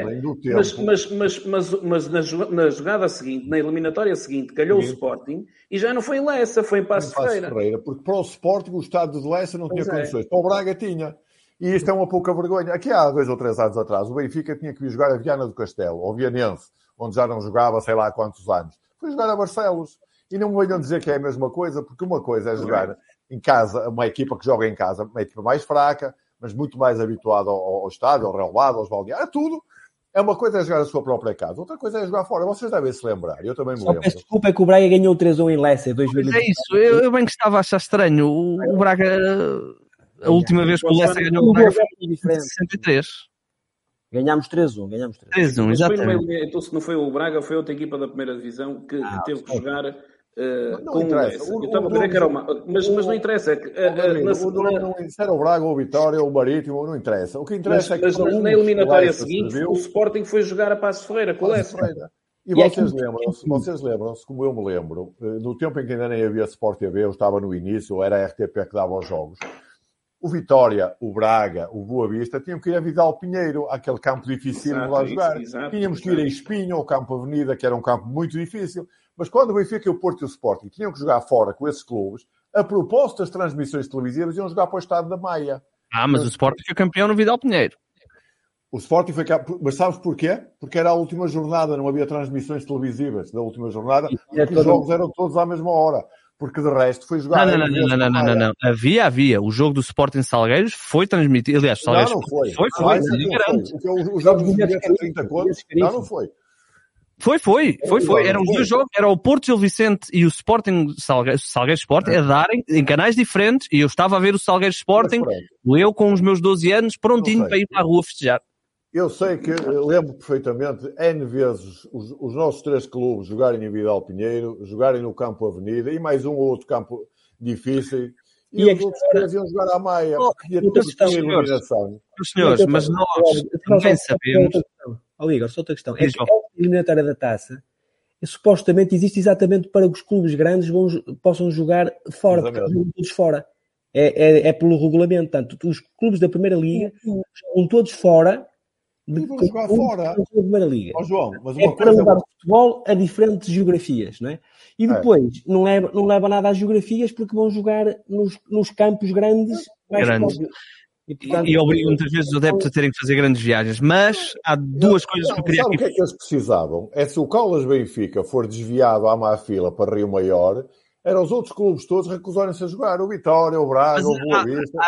Mas na jogada seguinte, na eliminatória seguinte, calhou o Sporting e já não foi em Lessa, foi em Paços Ferreira. Porque para o Sporting o estádio de Lessa não tinha condições. Para o Braga tinha. E isto é uma pouca vergonha. Aqui há 2 ou 3 anos atrás, o Benfica tinha que vir jogar a Viana do Castelo, ou Vianense, onde já não jogava sei lá há quantos anos. Foi jogar a Barcelos. E não me venham dizer que é a mesma coisa, porque uma coisa é jogar em casa, uma equipa que joga em casa, uma equipa mais fraca, mas muito mais habituado ao estádio, ao relevado, aos balneários, tudo. É uma coisa é jogar a sua própria casa, outra coisa é jogar fora. Vocês devem se lembrar, eu também me lembro. Desculpa, é que o Braga ganhou 3-1 em Leicester em 2020. É isso, eu bem que estava a achar estranho. O Braga, a última vez que o Leicester ganhou o Braga foi em 63. Ganhámos 3-1. 3-1, exatamente. Então, se não foi o Braga, foi outra equipa da primeira divisão que teve que jogar... não interessa. Eu estava a dizer que era mas não interessa. É que, não era o Braga, ou o Vitória, ou o Marítimo, não interessa. O que interessa é que... Mas na eliminatória seguinte, o Sporting foi jogar a Paços Ferreira, com o Lessa. E vocês lembram-se, como eu me lembro, no tempo em que ainda nem havia Sport TV, eu estava no início, era a RTP que dava os jogos. O Vitória, o Braga, o Boa Vista tinham que ir a Vidal Pinheiro, aquele campo difícil de lá jogar. Tínhamos que ir a Espinho, ao Campo Avenida, que era um campo muito difícil. Mas quando o Benfica, o Porto e o Sporting tinham que jogar fora com esses clubes, a propósito das transmissões televisivas, iam jogar para o Estado da Maia. Mas o Sporting foi campeão no Vidal Pinheiro. O Sporting foi campeão. Mas sabes porquê? Porque era a última jornada, não havia transmissões televisivas da última jornada, e os jogos eram todos à mesma hora. Porque de resto foi jogar... Não. Havia. O jogo do Sporting Salgueiros foi transmitido. Aliás, Salgueiros... Não foi. Foi. O jogo dos 30 contos... Não foi. Foi. Eram os 2 jogos. Era o Porto Gil Vicente e o Sporting Salgueiros Sporting a darem em canais diferentes. E eu estava a ver o Salgueiros Sporting, eu com os meus 12 anos, prontinho para ir para a rua festejar. Eu sei que lembro perfeitamente, N vezes, os nossos 3 clubes jogarem em Vidal Pinheiro, jogarem no Campo Avenida e mais um ou outro campo difícil. E os outros 3 iam jogar à Maia. Senhores, mas nós ninguém sabemos... Igor, só outra questão. É que a eliminatória da taça supostamente existe exatamente para que os clubes grandes possam jogar fora, porque jogam todos fora. É pelo regulamento. Portanto, os clubes da Primeira Liga jogam todos fora. Vão jogar fora. Da Primeira Liga. João, mas uma para levar o futebol a diferentes geografias, não é? E depois não leva nada às geografias porque vão jogar nos campos grandes. E obrigam muitas vezes os adeptos a terem que fazer grandes viagens. Mas há 2 coisas que eu queria... Sabe o que é que eles precisavam? É se o Caldas Benfica for desviado à má fila para Rio Maior, eram os outros clubes todos recusarem-se a jogar. O Vitória, o Braga, o Boa Vista...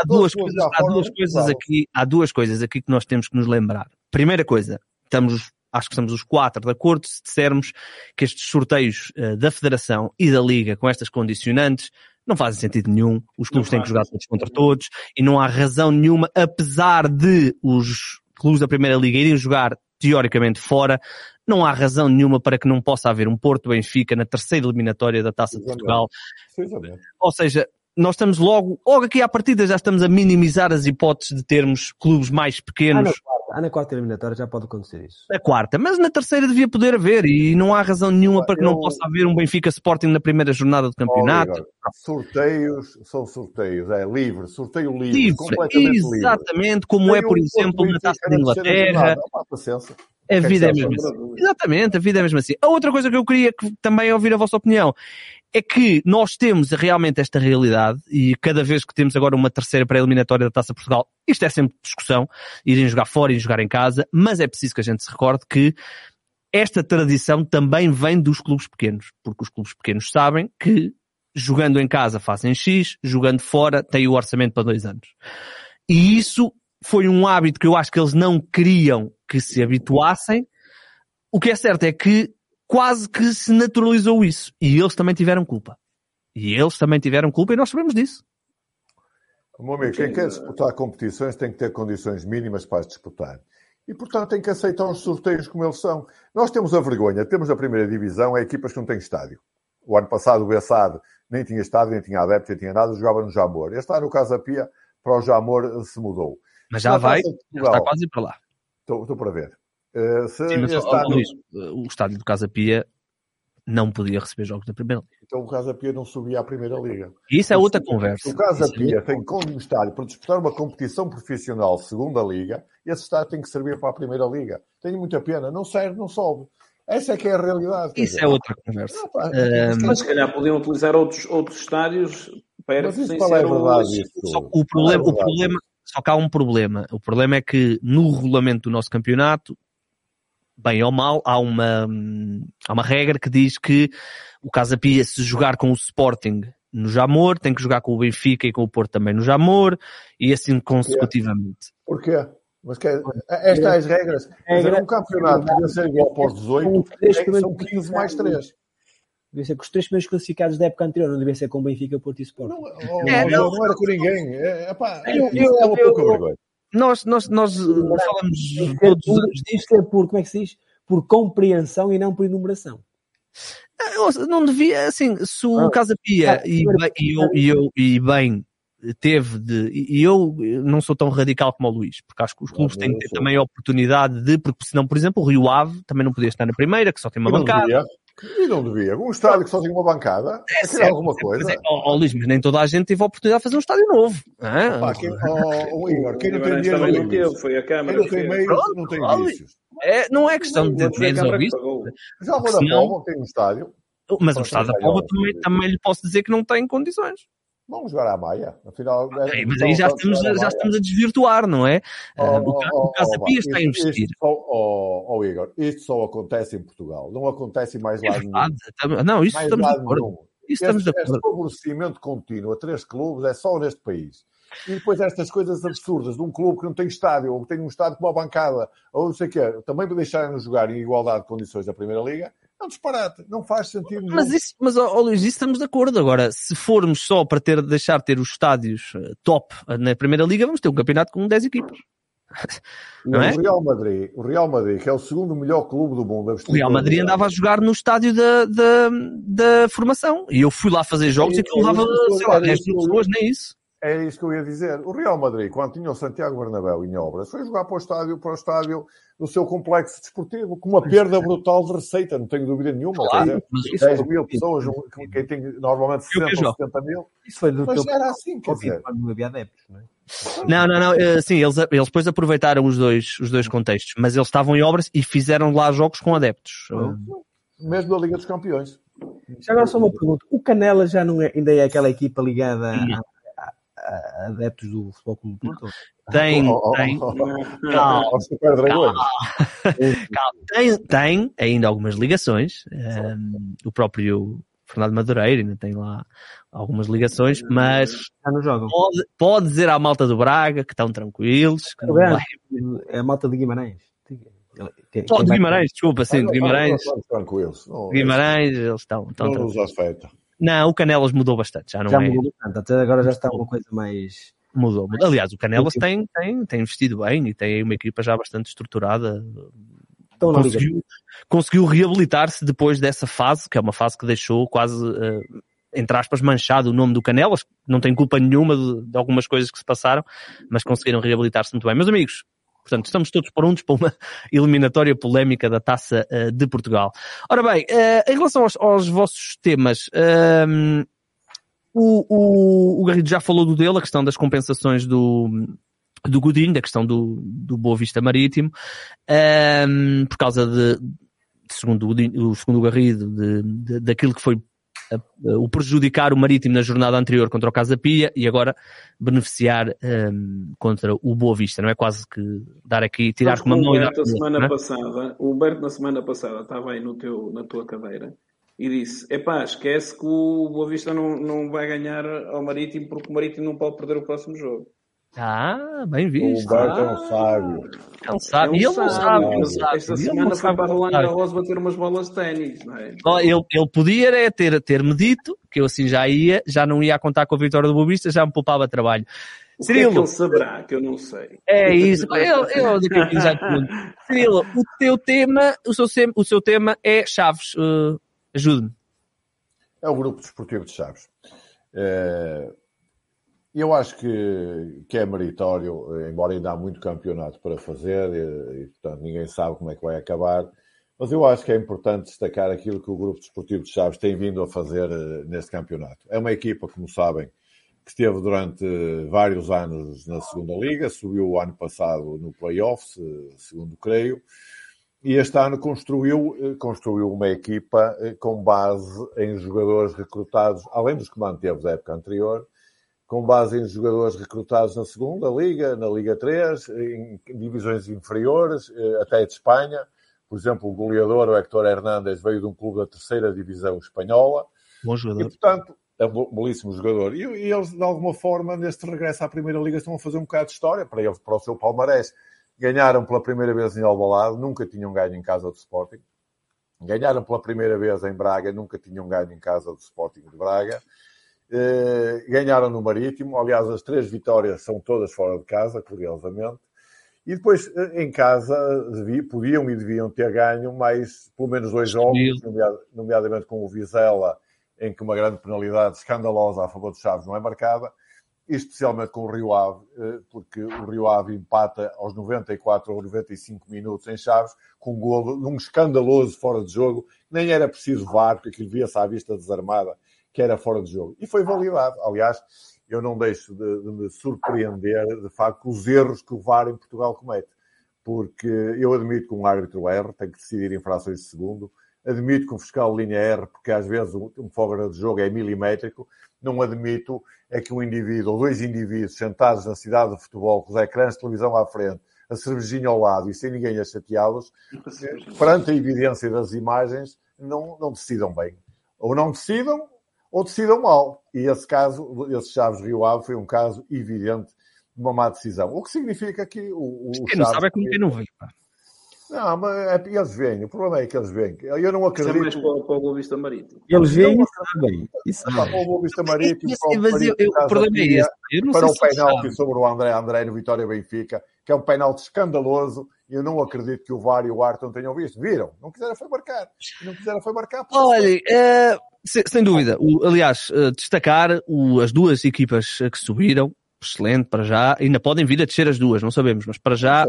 Há duas coisas aqui que nós temos que nos lembrar. Primeira coisa, acho que estamos os 4 de acordo se dissermos que estes sorteios da Federação e da Liga com estas condicionantes não fazem sentido nenhum. Os clubes têm que jogar todos contra todos e não há razão nenhuma, apesar de os clubes da Primeira Liga irem jogar teoricamente fora, não há razão nenhuma para que não possa haver um Porto Benfica na terceira eliminatória da Taça de Portugal. Ou seja, nós estamos logo aqui à partida, já estamos a minimizar as hipóteses de termos clubes mais pequenos. Na quarta eliminatória já pode acontecer isso. Na quarta, mas na terceira devia poder haver, e não há razão nenhuma para que não possa haver um Benfica Sporting na primeira jornada do campeonato. Sorteios são sorteios, é livre, sorteio livre, completamente exatamente, livre. Como é, por exemplo, na Taça de Inglaterra. A vida é mesmo assim. Exatamente, a vida é mesmo assim. A outra coisa que eu queria também ouvir a vossa opinião é que nós temos realmente esta realidade, e cada vez que temos agora uma terceira pré-eliminatória da Taça de Portugal, isto é sempre discussão, irem jogar fora e jogar em casa, mas é preciso que a gente se recorde que esta tradição também vem dos clubes pequenos, porque os clubes pequenos sabem que jogando em casa fazem X, jogando fora têm o orçamento para 2 anos. E isso foi um hábito que eu acho que eles não queriam que se habituassem. O que é certo é que quase que se naturalizou isso. E eles também tiveram culpa. E nós sabemos disso. Meu amigo, quem quer disputar competições tem que ter condições mínimas para as disputar. E, portanto, tem que aceitar os sorteios como eles são. Nós temos a vergonha, temos a primeira divisão, é equipas que não têm estádio. O ano passado o Bessade nem tinha estádio, nem tinha adepto, nem tinha nada, jogava no Jamor. Este ano o Casa Pia para o Jamor se mudou. Mas já está quase para lá. Estou para ver. O estádio do Casa Pia não podia receber jogos da Primeira Liga. Então o Casa Pia não subia à Primeira Liga. Isso é outra conversa. O Casa Pia tem como estádio para disputar uma competição profissional Segunda Liga, esse estádio tem que servir para a Primeira Liga. Tenho muita pena. Não serve, não sobe. Essa é que é a realidade. Isso é outra conversa. Mas se calhar podiam utilizar outros estádios para sem ser verdade. O problema, só que há um problema. O problema é que no regulamento do nosso campeonato, bem ou mal, há uma regra que diz que o Casa Pia, se jogar com o Sporting no Jamor, tem que jogar com o Benfica e com o Porto também no Jamor, e assim consecutivamente. Porquê? Mas estas regras, um campeonato devia ser igual para os 18, são 15 mais 3. Devia ser com os 3 primeiros classificados da época anterior, não devia ser com Benfica, Porto e Sport. Não era com ninguém. É uma pouca vergonha. Nós falamos todos os anos disto. É por, como é que se diz? Por compreensão e não por enumeração. Não devia, assim, se o Casa Pia e bem teve de... E eu não sou tão radical como o Luís, porque acho que os clubes têm que ter também a oportunidade de... Porque senão, por exemplo, o Rio Ave também não podia estar na primeira, que só tem uma bancada. E não devia. Um estádio que só tem uma bancada é alguma coisa. Luís, mas nem toda a gente teve a oportunidade de fazer um estádio novo. Igor, quem não tem dinheiro foi a Câmara. Quem não tem meios não tem vícios. Não é questão de dinheiro ou vícios. Já o da Póvoa tem um estádio. Mas o estádio da Póvoa também lhe posso dizer que não tem condições. Vamos jogar à Maia. Afinal, mas aí já estamos a desvirtuar, não é? O Casa Pia está a investir. Igor, isto só acontece em Portugal. Não acontece em mais lado nenhum. Não, isso estamos de acordo. Este favorecimento contínuo a 3 clubes é só neste país. E depois estas coisas absurdas de um clube que não tem estádio, ou que tem um estádio com uma bancada, ou não sei o quê, também para deixarem-nos jogar em igualdade de condições da Primeira Liga, é um disparate, não faz sentido nenhum. Mas Luís, isso estamos de acordo. Agora, se formos só para deixar ter os estádios top na Primeira Liga, vamos ter um campeonato com 10 equipas. Não é? O Real Madrid, que é o segundo melhor clube do mundo. O Real Madrid andava a jogar no estádio da formação. E eu fui lá fazer jogos e aquilo levava, sei lá, 10 pessoas, nem isso. É isso que eu ia dizer. O Real Madrid, quando tinha o Santiago Bernabéu em obras, foi jogar para o estádio do seu complexo desportivo, com uma perda brutal de receita, não tenho dúvida nenhuma. Claro, 10 mil pessoas, quem tem normalmente 60 ou 70 mil. Isso foi do mas era assim, quer dizer. Quando não havia adeptos, não é? Não. Sim, eles depois aproveitaram os dois contextos, mas eles estavam em obras e fizeram lá jogos com adeptos. Mesmo da Liga dos Campeões. Já agora só uma pergunta. O Canela já não é, ainda é aquela equipa ligada a adeptos do Futebol Clube do Porto? Tem ainda algumas ligações. O próprio Fernando Madureira ainda tem lá algumas ligações, mas pode dizer à malta do Braga que estão tranquilos. Que não é a malta de Guimarães. Só de Guimarães, desculpa, sim, de Guimarães. Tranquilos. Guimarães, eles estão não nos afeta. Não, o Canelas mudou bastante. Já mudou bastante, até agora já está uma coisa mais... Mudou. Aliás, o Canelas tem investido bem e tem uma equipa já bastante estruturada. Conseguiu reabilitar-se depois dessa fase, que é uma fase que deixou quase entre aspas, manchado o nome do Canelas, não tem culpa nenhuma de algumas coisas que se passaram, mas conseguiram reabilitar-se muito bem. Meus amigos, portanto, estamos todos prontos para uma eliminatória polémica da Taça de Portugal. Ora bem, em relação aos vossos temas, o Garrido já falou do dele, a questão das compensações do Godinho, da questão do Boa Vista Marítimo, por causa segundo o Garrido, daquilo que foi o prejudicar o Marítimo na jornada anterior contra o Casa Pia e agora beneficiar contra o Boa Vista, não é? Quase que dar aqui, tirar com uma mão e dar com outra. O Humberto na semana passada estava aí na tua cadeira e disse, esquece que o Boa Vista não vai ganhar ao Marítimo porque o Marítimo não pode perder o próximo jogo. Bem visto. O Humberto é um sábio. É um sábio. E ele não sabe. Esta semana foi para Roland Garros bater umas bolas de ténis, não é? Ele podia ter-me dito que eu assim já não ia a contar com a vitória do Boa Vista, já me poupava trabalho. O que é que ele saberá, que eu não sei. É isso. Eu daqui a pouco já te pergunto. Cirilo, o seu tema é Chaves. Ajude-me. É o Grupo Desportivo de Chaves. Eu acho que é meritório, embora ainda há muito campeonato para fazer e, portanto, ninguém sabe como é que vai acabar, mas eu acho que é importante destacar aquilo que o Grupo Desportivo de Chaves tem vindo a fazer neste campeonato. É uma equipa, como sabem, que esteve durante vários anos na segunda Liga, subiu o ano passado no play-off, segundo creio, e este ano construiu uma equipa com base em jogadores recrutados, além dos que manteve da época anterior, com base em jogadores recrutados na segunda Liga, na Liga 3, em divisões inferiores, até de Espanha. Por exemplo, o goleador, o Héctor Hernández, veio de um clube da terceira divisão espanhola. Bom jogador. E, portanto, é um belíssimo jogador. E eles, de alguma forma, neste regresso à Primeira Liga, estão a fazer um bocado de história para eles, para o seu palmarés. Ganharam pela primeira vez em Alvalade, nunca tinham ganho em casa do Sporting. Ganharam pela primeira vez em Braga, nunca tinham ganho em casa do Sporting de Braga. Ganharam no Marítimo, aliás as 3 vitórias são todas fora de casa, curiosamente, e depois em casa podiam e deviam ter ganho mais pelo menos 2 jogos, nomeadamente com o Vizela, em que uma grande penalidade escandalosa a favor de Chaves não é marcada, e especialmente com o Rio Ave, porque o Rio Ave empata aos 94 ou 95 minutos em Chaves, com um golo num escandaloso fora de jogo, nem era preciso VAR, porque aquilo via-se à vista desarmada que era fora de jogo. E foi validado. Aliás, eu não deixo de me surpreender, de facto, os erros que o VAR em Portugal comete. Porque eu admito que um árbitro erra, tem que decidir em frações de segundo. Admito que um fiscal de linha erra, porque às vezes um fora de jogo é milimétrico. Não admito é que um indivíduo ou 2 indivíduos sentados na cidade de futebol, com os ecrãs de televisão à frente, a cervejinha ao lado e sem ninguém a chateá-los, perante a evidência das imagens, não decidam bem. Ou não decidam, ou decidam mal. E esse caso, esse Chaves Rio Ave, foi um caso evidente de uma má decisão. O que significa que o quem Chaves... não sabe é como quem não vê. Não, mas eles veem. O problema é que eles veem. Eu não acredito... Isso é mais para o Boa Vista Marítimo. Eles veem e sabem. Para o Boa Vista Marítimo, o problema é esse. Para o penalti sobre o André no Vitória Benfica, que é um penalti escandaloso, e eu não acredito que o VAR e o Arton tenham visto. Viram? Não quiseram foi marcar. Não quiseram foi marcar. Olha, sem dúvida. Aliás, destacar as 2 equipas que subiram, excelente para já. Ainda podem vir a descer as 2, não sabemos, mas para já...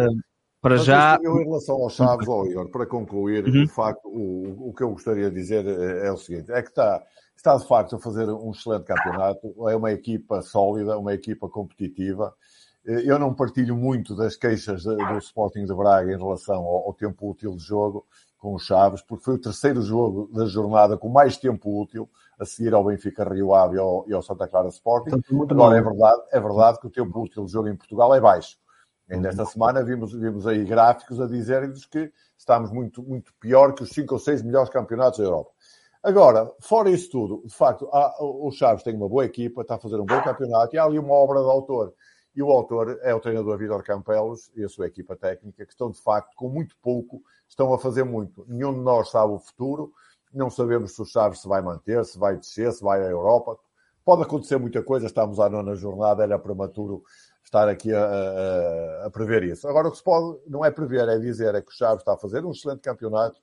Eu, em relação aos Chaves, Igor, para concluir, de facto, o que eu gostaria de dizer é o seguinte, é que está de facto a fazer um excelente campeonato, é uma equipa sólida, uma equipa competitiva. Eu não partilho muito das queixas do Sporting de Braga em relação ao tempo útil de jogo com os Chaves, porque foi o 3º jogo da jornada com mais tempo útil, a seguir ao Benfica Rio Ave e ao Santa Clara Sporting. Agora, é verdade que o tempo útil de jogo em Portugal é baixo. Ainda esta semana vimos aí gráficos a dizerem-nos que estamos muito, muito pior que os 5 ou 6 melhores campeonatos da Europa. Agora, fora isso tudo, de facto, o Chaves tem uma boa equipa, está a fazer um bom campeonato e há ali uma obra de autor. E o autor é o treinador Vítor Campelos e a sua equipa técnica, que estão, de facto, com muito pouco, estão a fazer muito. Nenhum de nós sabe o futuro, não sabemos se o Chaves se vai manter, se vai descer, se vai à Europa. Pode acontecer muita coisa, estamos à 9ª jornada, era prematuro estar aqui a prever isso. Agora, o que se pode, não é prever, é dizer, é que o Chaves está a fazer um excelente campeonato,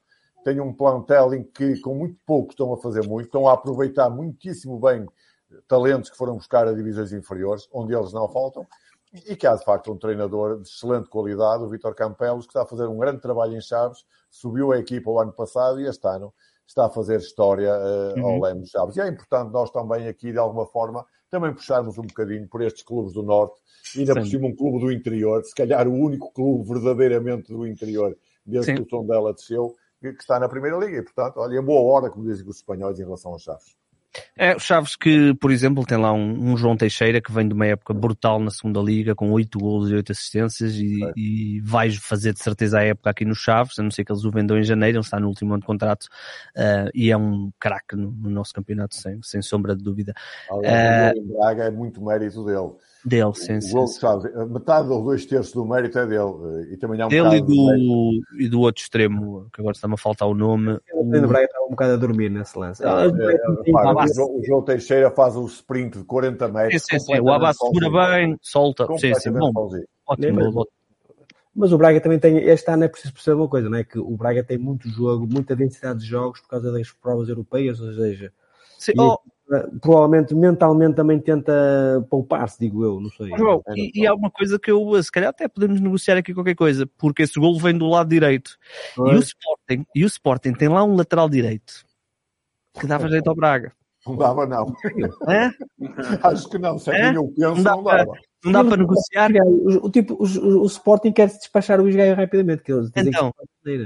têm um plantel em que com muito pouco estão a fazer muito, estão a aproveitar muitíssimo bem talentos que foram buscar a divisões inferiores, onde eles não faltam, e que há de facto um treinador de excelente qualidade, o Vítor Campelos, que está a fazer um grande trabalho em Chaves, subiu a equipa o ano passado e este ano está a fazer história ao Lemos Chaves. E é importante nós também aqui, de alguma forma, também puxarmos um bocadinho por estes clubes do Norte, e ainda por cima um clube do interior, se calhar o único clube verdadeiramente do interior, desde que o Tondela desceu, que está na Primeira Liga. E, portanto, olha, é boa hora, como dizem os espanhóis, em relação aos Chaves. O Chaves que, por exemplo, tem lá um João Teixeira que vem de uma época brutal na segunda liga, com 8 golos e 8 assistências, e vai fazer de certeza a época aqui no Chaves, a não ser que eles o vendam em janeiro. Ele está no último ano de contrato, e é um craque no nosso campeonato, sem sombra de dúvida. O gol em Braga é muito mérito dele. Sim. Sabe, metade ou 2/3 do mérito é dele. E também há um dele e do outro extremo, que agora está-me a faltar o nome. O Braga estava um bocado a dormir nesse lance. O João Teixeira faz o sprint de 40 metros. Sim. O Abbas segura bem, solta. Sim, bom. Ótimo. Mas o Braga também tem, este ano é preciso perceber uma coisa, não é? Que o Braga tem muito jogo, muita densidade de jogos por causa das provas europeias, ou seja... provavelmente mentalmente também tenta poupar-se, digo eu, não sei. João, e há uma coisa que se calhar até podemos negociar aqui qualquer coisa, porque esse golo vem do lado direito. E o Sporting tem lá um lateral direito que dava jeito ao Braga. Não dava, não. Acho que não. Se é que eu penso, não dava. Não dá para negociar. O Sporting quer se despachar o Isgaio rapidamente, que eles dizem então,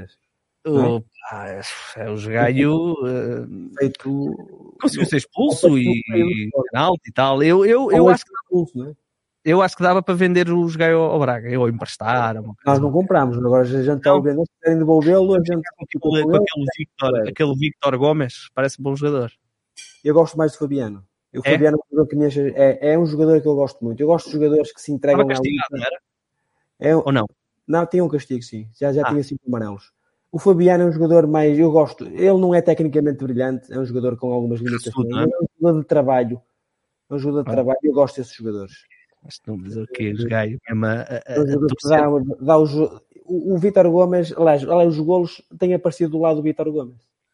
o Isgaio conseguiu ser expulso e penalti e tal. Eu acho que expulso, não é? Eu acho que dava para vender o Isgaio ao Braga, ou emprestar. Nós não compramos, agora a gente está a vender, se querem devolvê-lo, a gente com aquele Victor Gomes, parece um bom jogador. Eu gosto mais do Fabiano. O Fabiano é um jogador que me acha, é um jogador que eu gosto muito. Eu gosto de jogadores que se entregam à luta. Não era? Ou não? Não, tinha um castigo, sim. Já tinha 5 amarelos. O Fabiano é um jogador mais... Eu gosto... Ele não é tecnicamente brilhante, é um jogador com algumas limitações. É um jogador de trabalho. Eu gosto desses jogadores. Não dizer o que os Gaio o Vítor Gomes, aliás, os golos têm aparecido do lado do Vítor Gomes.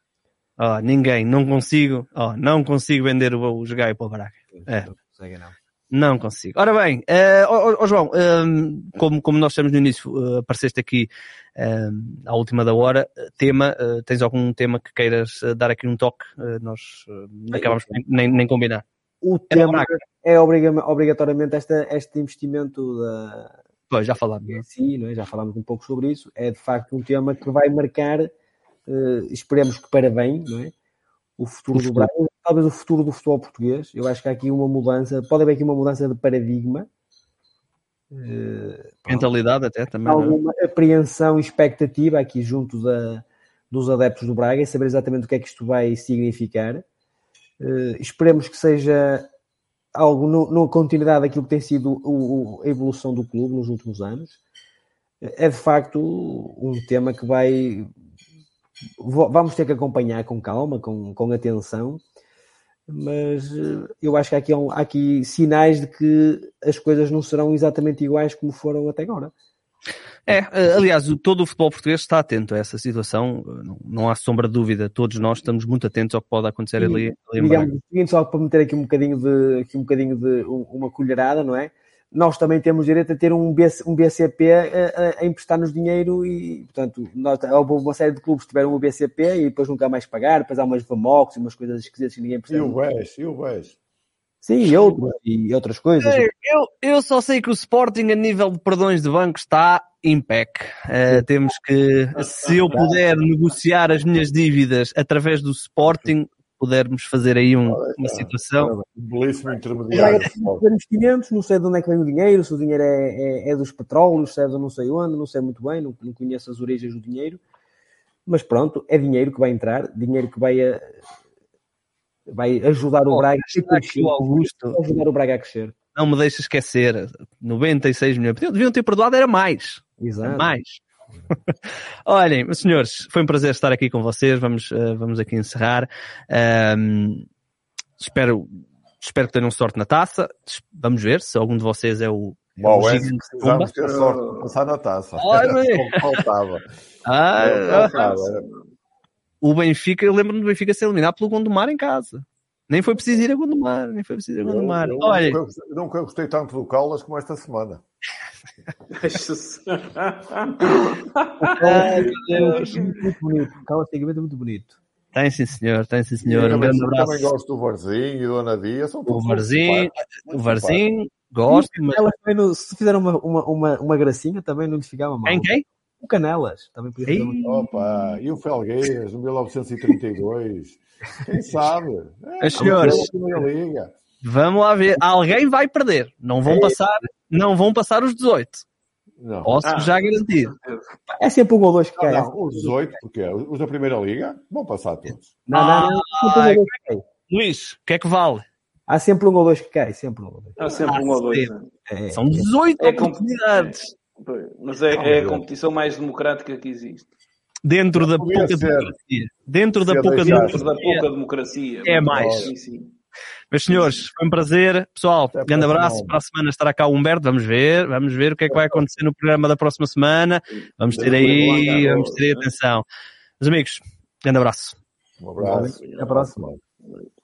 Não consigo vender o Gaio para o Braga. Não consigo. Ora bem, João, como nós estamos no início, apareceste aqui à última da hora, tens algum tema que queiras dar aqui um toque? Nós acabamos nem combinar. O tema é obrigatoriamente este investimento da... Pois, já falámos. Sim, não é? Já falámos um pouco sobre isso. É de facto um tema que vai marcar, esperemos que para bem, não é? O futuro do Braga, talvez o futuro do futebol português. Eu acho que há aqui uma mudança, pode haver aqui uma mudança de paradigma. Mentalidade até também. Alguma apreensão e expectativa aqui junto dos adeptos do Braga e saber exatamente o que é que isto vai significar. Esperemos que seja algo na continuidade daquilo que tem sido a evolução do clube nos últimos anos. É de facto um tema que vamos ter que acompanhar com calma, com atenção, mas eu acho que há aqui sinais de que as coisas não serão exatamente iguais como foram até agora. Aliás, todo o futebol português está atento a essa situação, não há sombra de dúvida, todos nós estamos muito atentos ao que pode acontecer ali em Braga. Só para meter aqui um bocadinho de uma colherada, não é? Nós também temos direito a ter um BCP a emprestar-nos dinheiro e, portanto, houve uma série de clubes que tiveram um BCP e depois nunca mais pagar, depois há umas VAMOCs e umas coisas esquisitas que ninguém percebe. E o BES. Sim, e outras coisas. Eu só sei que o Sporting, a nível de perdões de banco, está impec. Temos que, se eu puder negociar as minhas dívidas através do Sporting, pudermos fazer aí uma situação. Belíssimo intermediário. Investimentos, não sei de onde é que vem o dinheiro, se o dinheiro é dos petróleos, se é de não sei onde, não sei muito bem, não conheço as origens do dinheiro, mas pronto, é dinheiro que vai entrar, dinheiro que vai ajudar o Braga ajudar o Braga a crescer. Não me deixa esquecer, 96 milhões. Deviam ter perdoado, era mais. Exato. Era mais. Olhem, senhores, foi um prazer estar aqui com vocês. Vamos aqui encerrar. Espero que tenham sorte na taça. Vamos ver se algum de vocês é o... Precisamos ter sorte de passar na taça. Faltava. o Benfica, eu lembro-me do Benfica ser eliminado pelo Gondomar em casa. Nem foi preciso ir a Gondomar. Olha, nunca gostei tanto do Caldas como esta semana. Muito bonito. O Caldas tem que ver, muito bonito. Tem sim, senhor. Um grande abraço. Também gosto do Varzinho e do Anadia. O Varzinho, gosto. Mas... se fizeram uma gracinha, também não lhes ficava mal. Quem? O Canelas. Também podia fazer Opa, e o Felgueiras, no 1932. Quem sabe? Senhores, vamos lá ver. Alguém vai perder. Não vão passar os 18. Não. Posso já garantir. É sempre um ou dois que cai. Não, os 18, porque os da Primeira Liga vão passar todos. Não. Luís, o que é que vale? Há sempre um ou dois que cai. Há sempre um ou dois. São 18 oportunidades. Mas é a competição mais democrática que existe. Dentro da pouca democracia. Dentro da pouca democracia. É mais. Sim. Meus senhores, foi um prazer. Pessoal, grande abraço. Para a semana estará cá o Humberto. Vamos ver o que é que vai acontecer no programa da próxima semana. Vamos ter aí atenção. Meus amigos, grande abraço. Um abraço. Até a próxima.